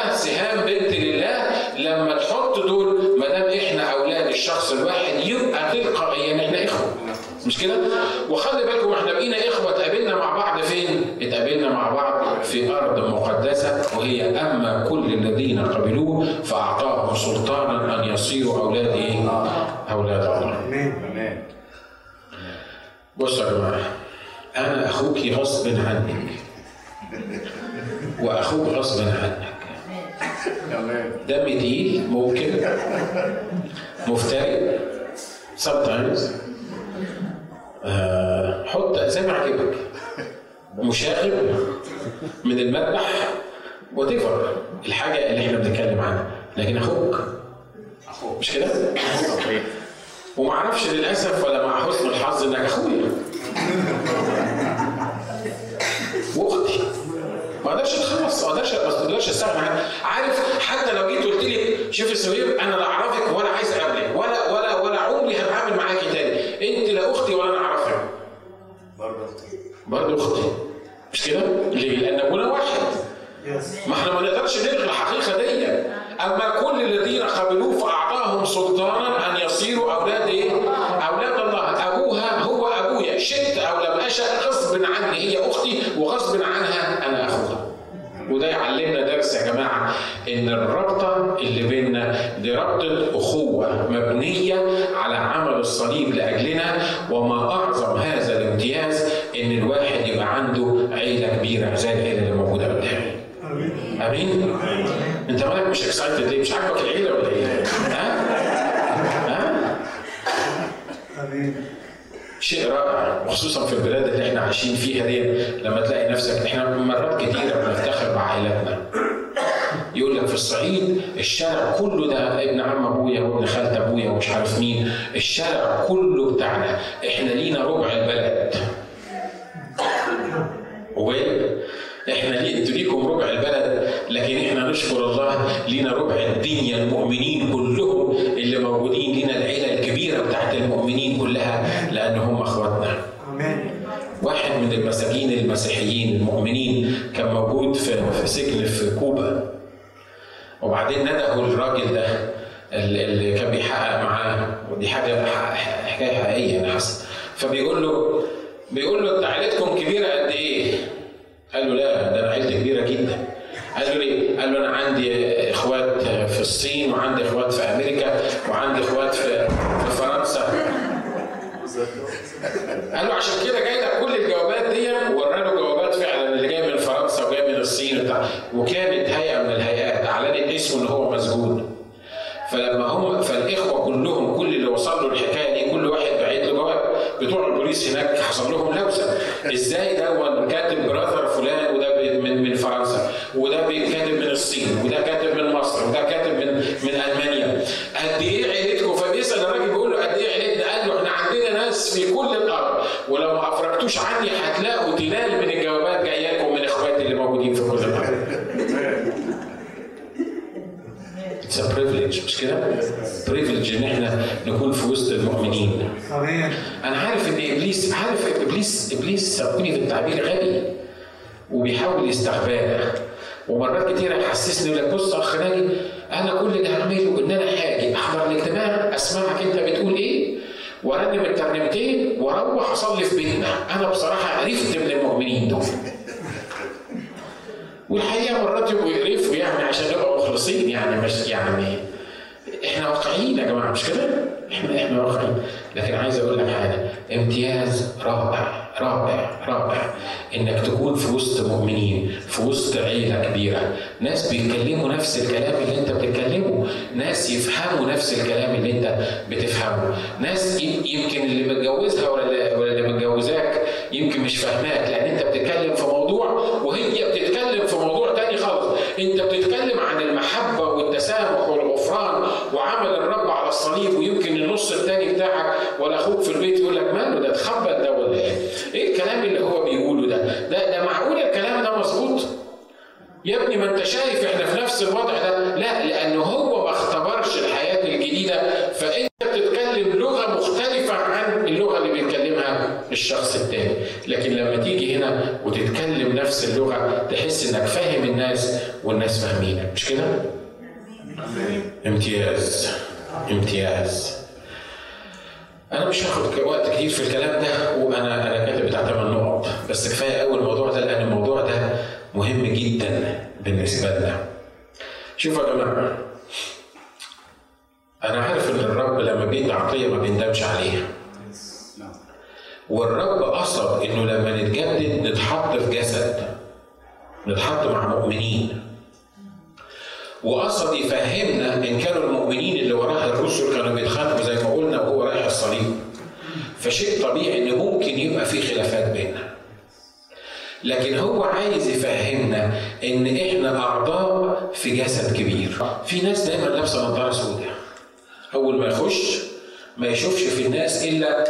هي اما كل الذين قبلوه فاعطاهم سلطانا ان يصيروا اولاد ايه؟ اولاد الله. بصوا يا جماعه، انا اخوكي غصب عنك واخوك غصب عنك. دم تقيل ممكن، مفتري sometimes، حط زي ما عجبك، مشاغب من المذبح وتفر الحاجه اللي احنا بنتكلم عنها، لكن اخوك مش كده؟ ومعرفش للاسف ولا مع حسن الحظ انك اخويا واختي، ما اقدرش اتخلص، ما اقدرش استغنى عنها. عارف، حتى لو جيت قلت لي شوف السويب انا لا اعرفك ولا عايز اقابلك ولا عمري هتعامل معاكي تاني، انت لا اختي ولا انا اعرفك، برضه اختي، مش كده؟ ليه؟ لان ابونا واحد. ما احنا ما نقدرش نلغي الحقيقه دي. اما كل الذين قبلوه فاعطاهم سلطانا ان يصيروا اولاد ايه؟ اولاد الله. ابوها هو ابويا، شئت او لم اشأ، غصب عني هي اختي وغصب عنها انا اخوها. وده يعلمنا درس يا جماعه، ان الرابطه اللي بيننا دي رابطه اخوه مبنيه على عمل الصليب لاجلنا. وما اعظم هذا الامتياز ان الواحد يبقى عنده عيله كبيره زي العيله اللي موجوده قدامي. امين؟ انت مالك مش اكسايتد ليه؟ مش عاجبك العيله ولا ايه؟ ها؟ امين. شيء رائع، وخصوصا في البلاد اللي احنا عايشين فيها دي، لما تلاقي نفسك، احنا مرات كتيره بنفتخر بعائلاتنا. يقول لك في الصعيد الشارع كله ده ابن عم ابويا وابن خالة ابويا ومش عارف مين، الشارع كله بتاعنا، احنا لينا ربع البلد. احنا انتوا ليكم ربع البلد، لكن احنا نشكر الله لينا ربع الدنيا، المؤمنين كلهم اللي موجودين، لينا العيله الكبيره بتاعت المؤمنين كلها، لان هم اخواتنا. واحد من المساجين المسيحيين المؤمنين كان موجود في سجن في كوبا، وبعدين ندهوا الراجل ده اللي كان بيحقق معاه، ودي حكايه حقيقيه انا حاسس. فبيقول له انت عيلتكم كبيره قد ايه؟ قال له لا، ده انا عيلتي كبيره جدا. قال له ليه؟ قال له انا عندي اخوات في الصين، وعندي اخوات في امريكا، وعندي اخوات في فرنسا. قال له عشان كده جاي لك كل الجوابات دي، ووراله جوابات فعلا اللي جاي من فرنسا وجاي من الصين وبتاع. وكانت هيئه من الهيئات اعلنت اسمه ان هو مسجون. فالاخوه كلهم، كل اللي وصل له الحكايه دي، كل واحد بعت له جواب. بتوع البوليس هناك حصل لهم لوسه، ازاي ده كاتب براذر فلان وده من فرنسا، وده كاتب من الصين، وده كاتب من مصر، وده كاتب من المانيا، قد ايه عيلتكم؟ فبيسال الراجل بيقول له قد ايه عيلتنا؟ قال له احنا عندنا ناس في كل الارض، ولو ما افرجتوش عني هتلاقوا تلال من الجوابات جايه لكم من اخواتي اللي موجودين في كل الارض. It's a privilege، مش كده؟ privilege ان احنا نكون في وسط المؤمنين. انا عارف ان ابليس سامحوني في التعبير غبي وبيحاول يستغبانا، ومرات كتيره يحسسني يقول لك بص اخ ناجي، انا كل اللي هعمله ان انا هاجي احضر الاجتماع، اسمعك انت بتقول ايه، وارنم الترنيمتين واروح اصلي في بيتنا. انا بصراحه عرفت من المؤمنين دول، والحقيقه مرات يبقوا يقرفوا يعني عشان نبقى مخلصين، يعني مش يعني احنا واقعيين يا جماعه، مش كده؟ احنا واقعيين. لكن عايز اقول لك حاجه، امتياز رائع رائع رائع انك تكون في وسط مؤمنين، في وسط عيله كبيره، ناس بيتكلموا نفس الكلام اللي انت بتتكلمه، ناس يفهموا نفس الكلام اللي انت بتفهمه، ناس يمكن اللي متجوزها ولا اللي متجوزاك يمكن مش فاهماك، لان انت بتتكلم في موضوع وهي بتتكلم في موضوع تاني خالص. انت بتتكلم عن المحبه والتسامح والغفران وعمل الرب على الصليب، ويمكن النص الثاني بتاعك ولا اخوك في البيت يقول لك ماله ده اتخبط ده ولا ايه؟ ايه الكلام اللي هو بيقوله ده معقول الكلام ده مظبوط؟ يا ابني ما انت شايف احنا في نفس الوضع ده. لا، لانه هو ما اختبرش الحياه الجديده، فانت بتتكلم لغه مختلفه عن اللغه اللي بيتكلمها الشخص الثاني. لكن لما تيجي هنا وتتكلم نفس اللغه تحس انك فاهم الناس والناس فاهمينك، مش كده؟ امتياز. أنا مش هاخد وقت كتير في الكلام ده، وأنا كاتب بتاع 8 نقط بس، كفاية أول الموضوع ده، لأن الموضوع ده مهم جدا بالنسبة لنا. شوفوا يا جماعة، أنا عارف إن الرب لما بيدي عطية ما بيندمش عليها. والرب قصد إنه لما نتجدد نتحط في جسد، نتحط مع مؤمنين. وقصد يفهمنا إن كانوا المؤمنين اللي وراه الرسل كانوا بيتخانقوا زي ما قلنا وهو رايح الصليب، فشيء طبيعي إن ممكن يبقى في خلافات بيننا. لكن هو عايز يفهمنا إن إحنا أعضاء في جسد كبير. في ناس دايما لابسة نظارة سوداء، أول ما يخش ما يشوفش في الناس إلا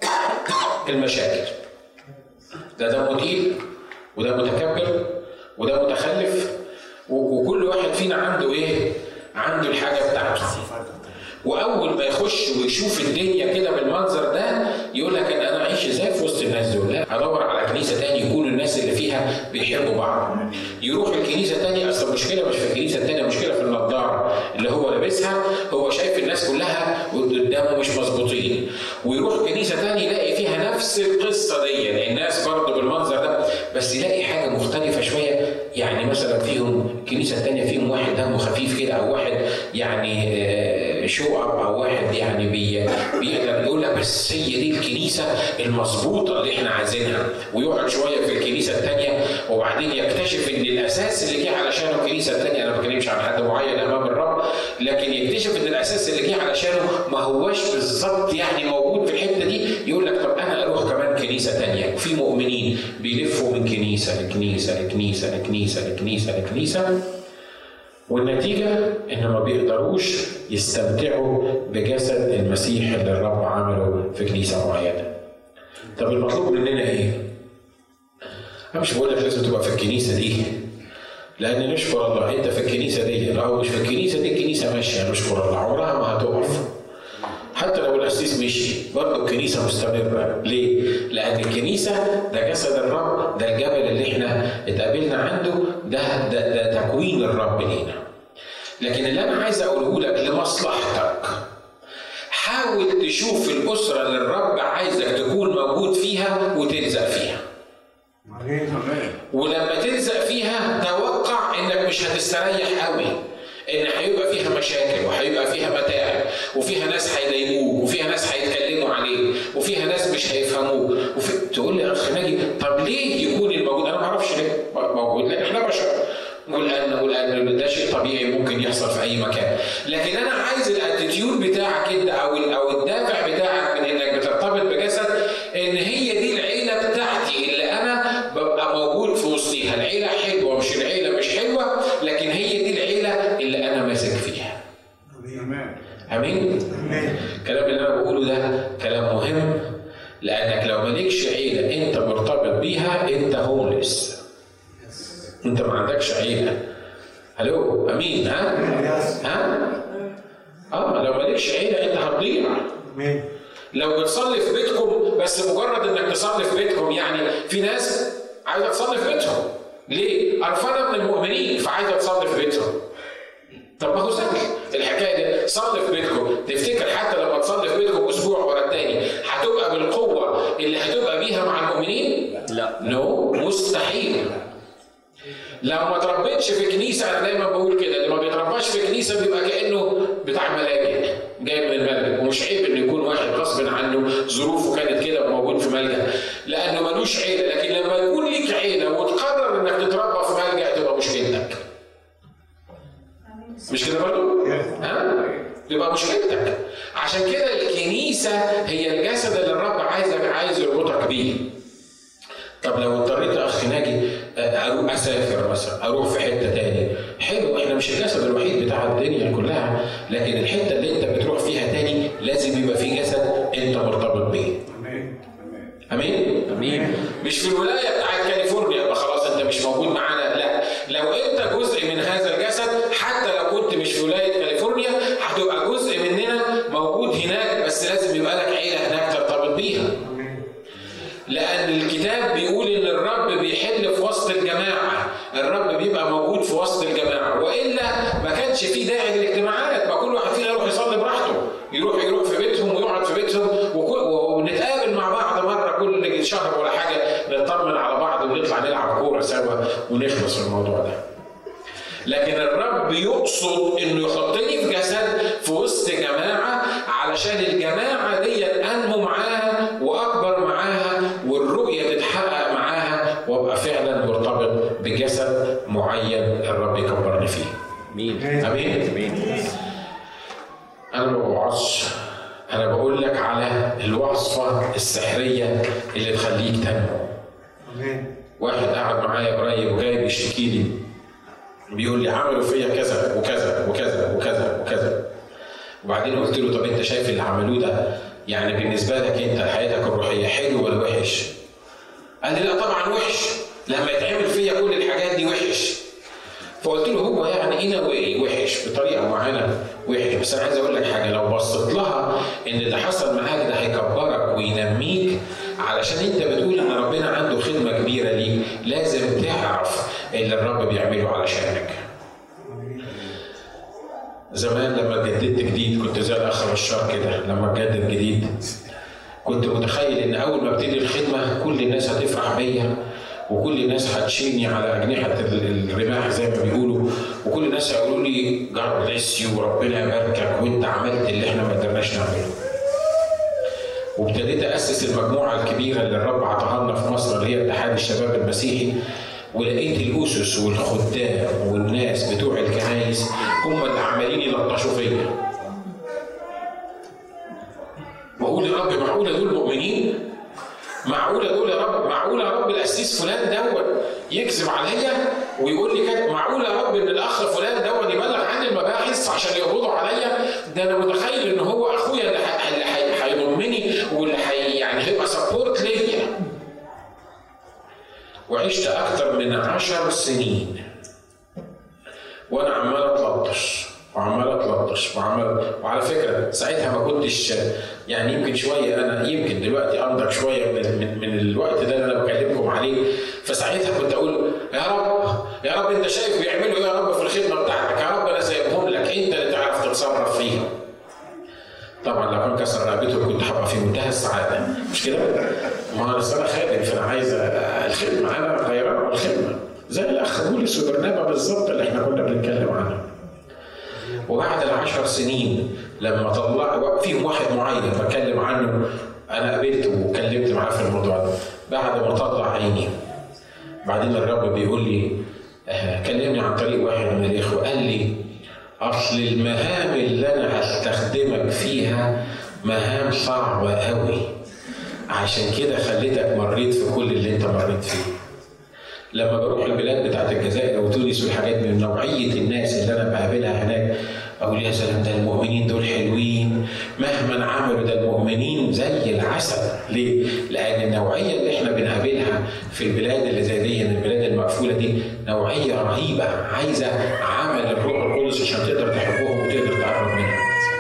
المشاكل. ده دمه تقيل، وده متكبر، وده متخلف، وكل واحد فينا عنده إيه؟ عنده الحاجة بتاعته. وأول ما يخش ويشوف الدنيا كده بالمنظر ده يقول لك أنا أعيش إزاي في وسط الناس دول؟ لا، أدور على كنيسة تاني يكون الناس اللي فيها بيحبوا بعض. يروح الكنيسة تاني، أصل المشكلة مش في الكنيسة التانية، المشكلة في النضارة اللي هو لابسها. هو شايف الناس كلها قدامه مش مظبوطين، ويروح كنيسة تاني يلاقي فيها نفس القصة دي، يعني الناس برضه بالمنظر ده، بس يلاقي حاجة مختلفة شوية. يعني مثلا فيهم الكنيسة التانية فيهم واحد دمه خفيف كده، أو واحد يعني شو أو واحد يعني بيقدر يقول لك بس هي دي الكنيسة المظبوطة اللي احنا عايزينها، ويقعد شوية في الكنيسة التانية وبعدين يكتشف ان الأساس اللي جه علشانه الكنيسة التانية، أنا ما بتكلمش عن حد معين أمام الرب، لكن يكتشف ان الأساس اللي جه علشانه ما هوش بالظبط يعني موجود في الحتة دي، يقول لك طب أنا أروح كمان كنيسة تانية. وفي مؤمنين بيلفوا من كنيسة لكنيسة لكنيسة لكنيسة لكنيسة لكنيسة، والنتيجة إن ما بيقدروش يستمتعوا بجسد المسيح اللي الرب عمله في كنيسة معينة. طب المطلوب مننا إيه؟ أنا مش بقول لك لازم تبقى في الكنيسة دي، لأن نشكر الله أنت في الكنيسة دي، لو مش في الكنيسة دي الكنيسة ماشية نشكر الله، عمرها ما هتقف. حتى لو القسيس مشي برضه الكنيسة مستمرة. ليه؟ لأن الكنيسة ده جسد الرب، ده الجبل اللي احنا اتقابلنا عنده، ده تكوين الرب لينا. لكن اللي أنا عايز أقوله لك لمصلحتك، حاول تشوف الأسرة اللي الرب عايزك تكون موجود فيها وتلزق فيها. ولما تلزق فيها توقع إنك مش هتستريح قوي، إن هيبقى فيها مشاكل وهيبقى فيها متاعب وفيها ناس هيضايقوك وفيها ناس هيتكلموا عليك وفيها ناس مش هيفهموك. تقول لي يا أخ ناجي طب ليه يكون الموجود؟ أنا ما أعرفش ليه موجود، لأن إحنا بشر، والآن ده شيء طبيعي ممكن يحصل في أي مكان. لكن أنا عايز الاتيتيود بتاعك أنت أو الدافع بتاعك من إنك بترتبط بجسد، إن هي دي العيلة بتاعتي اللي أنا ببقى موجود في وسطيها. العيلة حلوة، مش العيلة مش حلوة، لكن هي دي العيلة اللي أنا ماسك فيها. أمين؟ الكلام اللي أنا بقوله ده كلام مهم، لأنك لو مالكش عيلة أنت مرتبط بيها أنت هوملس، أنت ما عندكش عيلة. هلو أمين؟ لو مالكش عيلة أنت هتضيع. لو بتصلي في بيتكم بس مجرد إنك تصلي في بيتكم، يعني في ناس عايزة تصلي في بيتهم، ليه؟ قرفانة من المؤمنين فعايزة تصلي في بيتهم. طب ما هو سهل الحكايه دي، صلي في بيتكم. تفتكر حتى لما تصلي في بيتكم اسبوع ورا الثاني هتبقى بالقوه اللي هتبقى بيها مع المؤمنين؟ لا، مستحيل. لو ما تربيتش في كنيسه، انا دايما بقول كده، اللي ما بيترباش في كنيسه بيبقى كانه بتاع ملاجئ، جاي من الملجأ. ومش عيب ان يكون واحد غصب عنه ظروفه كانت كده وموجود في ملجأ لانه ملوش عيله. لكن لما يكون ليك عيله وتقرر انك تتربى في ملجأ تبقى مشكلتك. مش كده برضو؟ تبقى مشكلتك. عشان كده الكنيسة هي الجسد اللي الرب عايز يربطك بيه. طب لو اضطريت يا أخ ناجي أروح أسافر مثلا، أروح في حتة تاني، حلو، إحنا مش الجسد الوحيد بتاع الدنيا كلها، لكن الحتة اللي أنت بتروح فيها تاني لازم يبقى في جسد أنت مرتبط بيه. أمين؟ أمين. مش في الولاية بتاعت كاليفورنيا يبقى خلاص أنت مش موجود معانا، لا، لو أنت جزء من هذا الجسد حتى لو كنت مش في ولاية كاليفورنيا هتبقى جزء مننا موجود هناك، بس لازم يبقى لك عيلة هناك ترتبط بيها. لأن الكتاب بيقول إن الرب بيحل في وسط الجماعة، الرب بيبقى موجود في وسط الجماعة، وإلا ما كانش في داعي للاجتماعات، ما كل واحد فينا يروح يصلي براحته، يروح في بيتهم ويقعد في بيتهم، ونتقابل مع بعض مرة كل شهر ولا حاجة، نطمن على بعض ونطلع نلعب كورة. الموضوع سوا ونخلص الموضوع ده. لكن الرب يقصد انه يحطني في جسد في وسط جماعه علشان الجماعه دي انمو معاها واكبر معاها والرؤيه تتحقق معاها وابقى فعلا مرتبط بجسد معين الرب يكبرني فيه. امين. امين. انا ما بوعظش، انا بقول لك على الوصفه السحريه اللي تخليك تنمو. واحد قاعد معايا قريب وجاي بيشتكي لي بيقول لي عملوا فيا كذا وكذا وكذا وكذا وكذا، وبعدين قلت له طب انت شايف اللي عملوه ده يعني بالنسبه لك انت حياتك الروحيه حلو ولا وحش؟ قال لي لا طبعا وحش، لما يتعمل فيا كل الحاجات دي وحش. فقلت له هو يعني ايه وحش بطريقه معينه وحش، بس انا عايز اقول لك حاجه، لو بصيت لها ان اللي حصل معاك ده هيكبرك وينميك علشان انت بتقول ان ربنا عنده خدمه كبيره ليك، لازم تعرف اللي الرب بيعمله علشانك. زمان لما جددت جديد كنت زي الاخ بشار كده، لما اتجدد جديد كنت متخيل ان اول ما ابتدي الخدمه كل الناس هتفرح بيا وكل الناس هتشيلني على اجنحه الرماح زي ما بيقولوا، وكل الناس هيقولوا لي God bless you وربنا يباركك وانت عملت اللي احنا ما قدرناش نعمله. وابتديت اسس المجموعه الكبيره اللي الرب عطاها لنا في مصر اللي هي اتحاد الشباب المسيحي، ولقيت الاسس والخدام والناس بتوع الكنايس هم اللي عمالين يلطشوا فيا. واقول يا رب معقوله دول مؤمنين؟ معقوله دول يا رب؟ معقوله يا رب القسيس فلان دوت يكذب عليا ويقول لي كده؟ معقوله يا رب ان الاخ فلان دوت يبلغ عني المباحث عشان يقبضوا عليا؟ ده انا متخيل ان هو اخويا اللي هيضمني واللي يعني هيبقى سبورت ليا. وعشت اكتر من 10 سنين وانا عمال اتلطش وعلى فكره ساعتها ما كنتش يعني يمكن شويه، انا يمكن دلوقتي انضج شويه من الوقت ده اللي انا بكلمكم عليه. فساعتها كنت اقول يا رب انت شايف بيعملوا ايه يا رب في الخدمه بتاعتك، يا رب انا سايبهم لك انت اللي تعرف تتصرف فيها. طبعا لو كان كسر رقبته كنت هبقى في منتهى السعاده، مش كده؟ ما انا خادم فانا عايز الخدمه، انا غيران الخدمه زي الاخ بولس وبرنابا بالظبط اللي احنا كنا بنتكلم عنها. وبعد 10 سنين لما طلع فيهم واحد معين بتكلم عنه، انا قابلته وكلمت معاه في الموضوع ده بعد ما طلع عيني. بعدين الرب بيقول لي كلمني عن طريق واحد من الاخوه، قال لي اصل المهام اللي انا هستخدمك فيها مهام صعبه قوي، عشان كده خليتك مريت في كل اللي انت مريت فيه. لما بروح البلاد بتاعت الجزائر وتونس والحاجات من نوعيه الناس اللي انا بقابلها هناك اقول يا سلام ده المؤمنين دول حلوين مهما عملوا، ده المؤمنين زي العسل. ليه؟ لان النوعيه اللي احنا بنقابلها في البلاد اللي زي دي، البلاد المقفوله دي، نوعيه رهيبه عايزه عمل الروح القدس عشان تقدر تحبهم وتقدر تقرب منهم.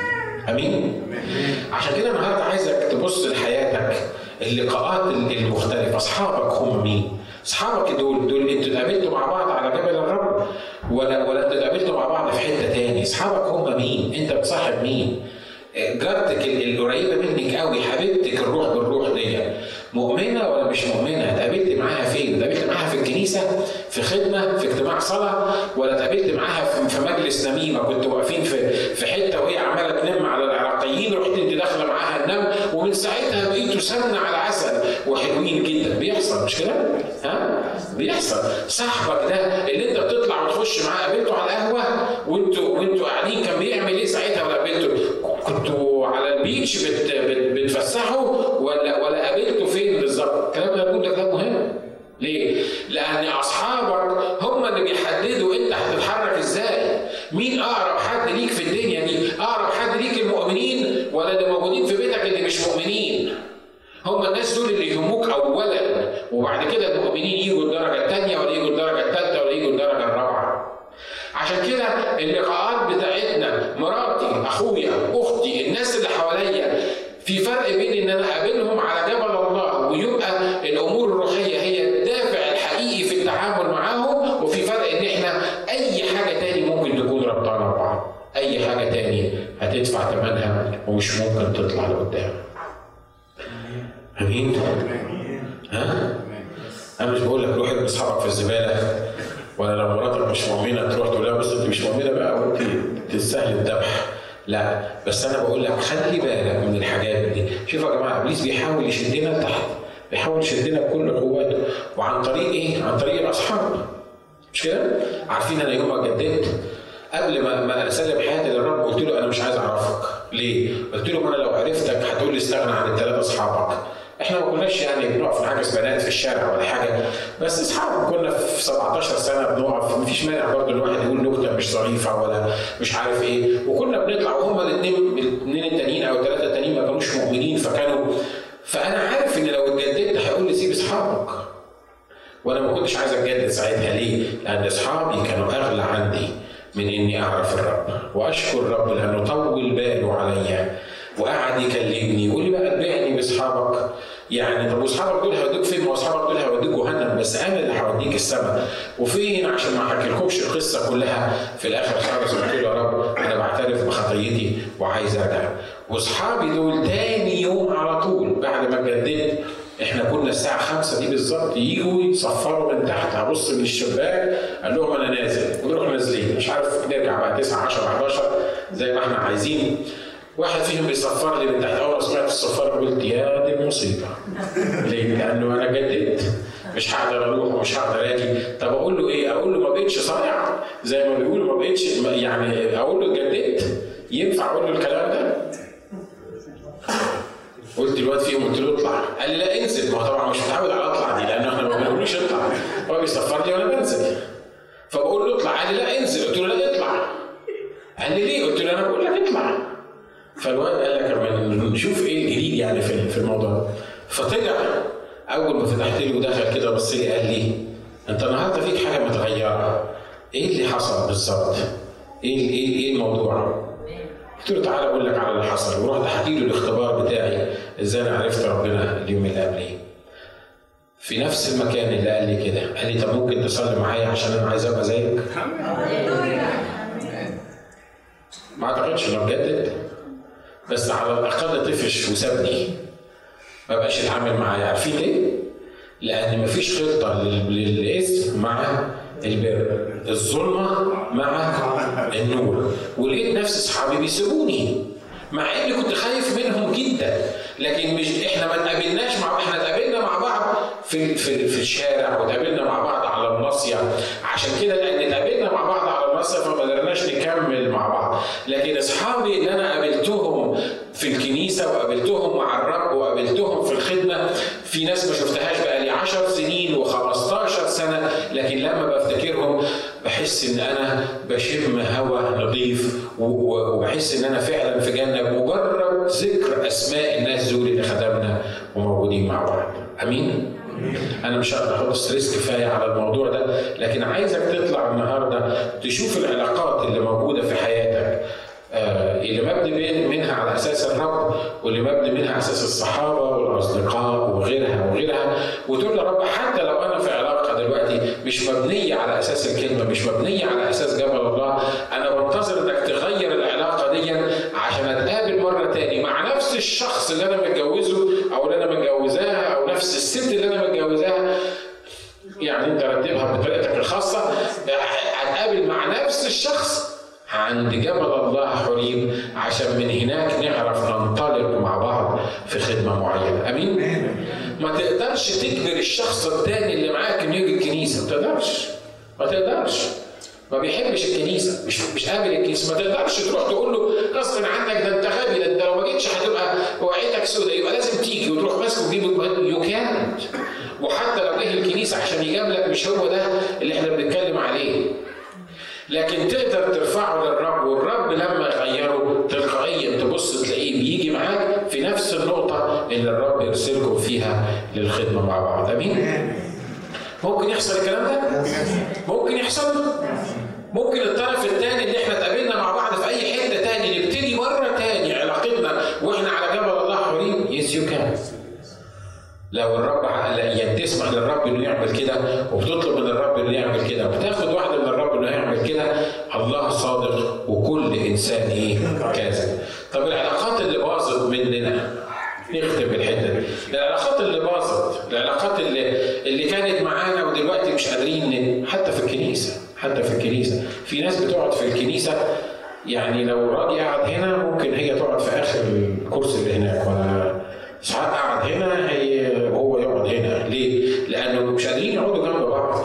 امين؟ عشان كده النهارده عايزك تبص لحياتك، اللقاءات المختلفه. اصحابك هم مين؟ اصحابك دول انتوا اتقابلتوا مع بعض على جبل الرب ولا انتوا اتقابلتوا مع بعض في حته تاني؟ اصحابك هم مين؟ انت بتصاحب مين؟ جارتك القريبه منك قوي، حبيبتك الروح بالروح دي مؤمنه ولا مش مؤمنه؟ اتقابلت معاها فين؟ اتقابلت معاها في الكنيسه، في خدمه، في اجتماع صلاه، ولا اتقابلت معاها في مجلس نميمه كنتوا واقفين في حته وهي عماله تنم على العراقيين، رحت انت داخله معاها النم ومن ساعتها بقيتوا سمنه على عسل وحلوين جدا. بيحصل مش كده؟ بيحصل. صاحبك ده اللي انت بتطلع وتخش معاه قابلته على القهوه وانتوا قاعدين، كان بيعمل ايه ساعتها ولا قابلته؟ كنتوا على البيتش بتفسحوا ولا قابلته فين بالظبط؟ الكلام ده بقول لك ده مهم. ليه؟ لأن أصحابك هم اللي بيحددوا أنت هتتحرك إزاي. مين أقرب حد ليك في الدنيا دي؟ أقرب حد ليك المؤمنين ولا اللي موجودين في بيتك اللي مش مؤمنين؟ هم الناس دول اللي يهموك أولاً، وبعد كده المؤمنين يجوا الدرجة الثانية ولا يجوا الدرجة الثالثة ولا يجوا الدرجة الرابعة. عشان كده اللقاءات بتاعتنا، مراتي، أخويا، أختي، الناس اللي حواليا، في فرق بين إن أنا أقابلهم على جبل الله ويبقى الأمور الروحية هي الدافع الحقيقي في التعامل معاهم، وفي فرق إن إحنا أي حاجة تاني ممكن تكون ربطانة ببعض، أي حاجة تاني هتدفع ثمنها ومش ممكن تطلع لقدام. أمين؟ انا مش بقول لك روح ارمي اصحابك في الزباله، ولا لو مراتك مش مؤمنه تروح تقول لها بص انت مش مؤمنه بقى وانت تستاهل الذبح. لا، بس انا بقول لك خلي بالك من الحاجات دي. شوفوا يا جماعه، ابليس بيحاول يشدنا لتحت، بيحاول يشدنا بكل قوته، وعن طريق ايه؟ عن طريق الاصحاب. مش كده؟ عارفين انا يوم ما جددت قبل ما اسلم حياتي للرب قلت له انا مش عايز اعرفك. ليه؟ قلت له ما انا لو عرفتك هتقول لي استغنى عن الثلاثه اصحابك. احنا ما كناش يعني بنقف نعكس بنات في الشارع ولا حاجه، بس اصحاب كنا في 17 سنه بنقف، مفيش مانع برضه الواحد يقول نكته مش ظريفه ولا مش عارف ايه، وكنا بنطلع وهم الاثنين التانيين او الثلاثه التانيين ما كانوش مؤمنين فانا عارف ان لو اتجددت هيقول لي سيب اصحابك. وانا ما كنتش عايز اتجدد ساعتها. ليه؟ لان اصحابي كانوا اغلى عندي من اني اعرف الرب، واشكر الرب لانه طول باله عليا وقعد يكلمني ويقول لي بقى اتبعني باصحابك. يعني طب واصحابك دول هيودوك فين؟ ما اصحابك دول هيودوك جهنم، بس انا اللي هوديك السماء. وفين؟ عشان ما احكيلكمش القصه كلها، في الاخر خالص قلت له يا رب انا بعترف بخطيتي وعايز ارجع. واصحابي دول تاني يوم على طول بعد ما اتجددت، احنا كنا الساعه 5 دي بالظبط ييجوا يصفروا من تحت، ابص من الشباك قال لهم انا نازل، ونروح نازلين مش عارف نرجع بقى 9 10 11 زي ما احنا عايزين. واحد فيهم بيصفر لي من تحت، اول ما سمعت الصفاره قلت يا دي المصيبه. ليه؟ لانه انا جددت، مش هقدر اروح ومش هقدر اجي. طب اقول له ايه؟ اقول له ما بقتش صايع زي ما بيقولوا، ما بقتش يعني اقول له اتجددت؟ ينفع اقول له الكلام ده؟ قلت الواد فيهم قلت له اطلع، قال لي لا انزل. ما هو طبعا مش متعود على اطلع دي لانه احنا ما بنقولوش اطلع، هو بيصفر لي وانا بنزل. فبقول له اطلع، قال لي لا انزل. قلت له لا اطلع. قال لي ليه؟ قلت له انا بقول لك اطلع. فالواد قال لك نشوف ايه الجديد يعني في الموضوع. فطلع، اول ما فتحت له ودخل كده بص لي قال لي انت النهارده فيك حاجه متغيره، ايه اللي حصل بالظبط؟ ايه الموضوع؟ قلت له تعالى اقول لك على اللي حصل، ورحت حكيت له الاختبار بتاعي ازاي انا عرفت ربنا اليوم اللي قبليه. في نفس المكان اللي قال لي كده قال لي طب ممكن تصلي معايا عشان انا عايز ابقى زيك؟ ما اعتقدش انه بجد، بس على الاقل طفش وسابني ما بقاش يتعامل معايا. عارفين ليه؟ لان مفيش خطه للاسم مع البر، الظلمه مع النور. ولقيت نفس اصحابي بيسيبوني مع اني كنت خايف منهم جدا، لكن مش احنا ما اتقابلناش احنا اتقابلنا مع بعض في الشارع، واتقابلنا مع بعض على المصيف. عشان كده لان اتقابلنا مع بعض على المصيف فما قدرناش نكمل مع بعض. لكن اصحابي اللي انا قابلتهم في الكنيسه وقابلتهم مع الرب وقابلتهم في الخدمه، في ناس ما شفتهاش بقالي 10 سنين و15 سنه، لكن لما بفتكرهم بحس ان انا بشم هواء نظيف، وبحس ان انا فعلا في جنه بمجرد ذكر اسماء الناس دول اللي خدمنا وموجودين مع بعض. امين؟ انا مش هقدر احط ستريس كفايه على الموضوع ده، لكن عايزك تطلع النهارده تشوف العلاقات اللي موجوده في حياتك، اللي مبني منها على اساس الرب، واللي مبني منها على اساس الصحابه والاصدقاء وغيرها، وتقول يا رب حتى لو انا في علاقه دلوقتي مش مبنيه على اساس الكلمه، مش مبنيه على اساس جبل الله، انا بنتظر انك تغير العلاقه دي عشان اتقابل مره تاني مع نفس الشخص اللي انا متجوزه او اللي انا متجوزاها، او نفس الست اللي انا متجوزاها. يعني انت رتبها بطريقتك الخاصه، هتقابل مع نفس الشخص عند جبل الله حريم، عشان من هناك نعرف ننطلق مع بعض في خدمه معينه. امين؟ ما تقدرش تجبر الشخص الثاني اللي معاك انه يجي الكنيسه، ما تقدرش. ما بيحبش الكنيسه، مش قابل الكنيسه، ما تقدرش تروح تقول له غصب عنك ده انت غبي، ده انت لو ما جيتش هتبقى وعيتك سوداء، يبقى لازم تيجي وتروح ماسكه وتجيبه. يو كانت. وحتى لو جه الكنيسه عشان يجاملك مش هو ده اللي احنا بنتكلم عليه. لكن تقدر ترفعه للرب، والرب لما يغيره تلقائيا تبص تلاقيه بيجي معاك في نفس النقطه اللي الرب يرسلكم فيها للخدمه مع بعض. امين؟ ممكن يحصل الكلام ده؟ ممكن يحصل؟ ممكن الطرف الثاني اللي احنا اتقابلنا مع بعض في اي حته تاني نبتدي مره تاني علاقتنا واحنا على جبل الله حريم؟ يس يو كان. لو الرب تسمح للرب انه يعمل كده، وبتطلب من الرب انه يعمل كده، وبتاخد واحده من الرب انه يعمل كده، الله صادق وكل انسان كاذب. طب العلاقات اللي باظت مننا، نختم بالحته دي. العلاقات اللي باظت، العلاقات اللي كانت معانا ودلوقتي مش قادرين. حتى في الكنيسه في ناس بتقعد في الكنيسه، يعني لو راجل قاعد هنا ممكن هي تقعد في اخر الكرسي اللي هناك، ولا اسحاق قاعد هنا هو يقعد هنا. ليه؟ لانه مش قادرين يقعدوا جنب بعض.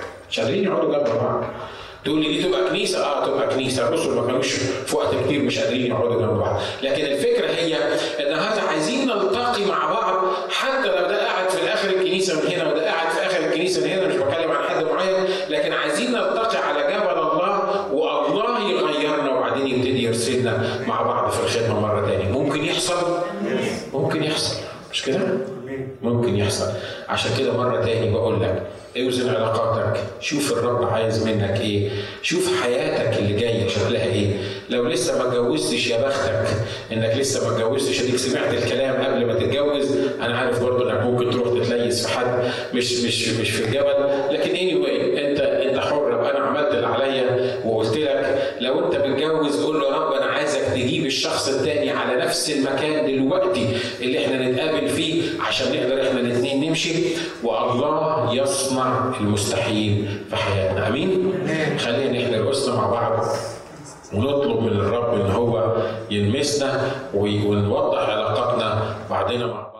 تقول لي دي تبقى كنيسه؟ تبقى كنيسه. الرسل ما كانوش في وقت كتير مش قادرين يقعدوا جنب بعض، لكن الفكره هي ان هذا عايزين نلتقي مع بعض، حتى لو ده قاعد في اخر الكنيسه من هنا وده قاعد في اخر الكنيسه من هنا. مش بتكلم عن حد معين، لكن عايزين نلتقي على جبل الله، والله يغيرنا وبعدين يبتدي يرسلنا مع بعض في الخدمه مره ثانيه. ممكن يحصل، مش كده؟ ممكن يحصل. عشان كده مرة تاني بقول لك اوزن علاقاتك، شوف الرب عايز منك ايه، شوف حياتك اللي جايه شكلها ايه. لو لسه ما اتجوزتش يا بختك انك لسه ما اتجوزتش، اديك سمعت الكلام قبل ما تتجوز. انا عارف برضه انك ممكن تروح تتليس في حد مش في الجبل، لكن anyway انت حر. انا عملت اللي عليا وقلت لك لو انت متجوز قول له يا رب انا عايزك تجيب الشخص الثاني على نفس المكان دلوقتي اللي احنا نتقابل فيه، عشان نقدر احنا الاثنين نمشي، والله يصنع المستحيل في حياتنا. امين. خلينا احنا رؤوسنا مع بعض ونطلب من الرب ان هو يلمسنا ونوضح علاقاتنا بعضنا مع بعض.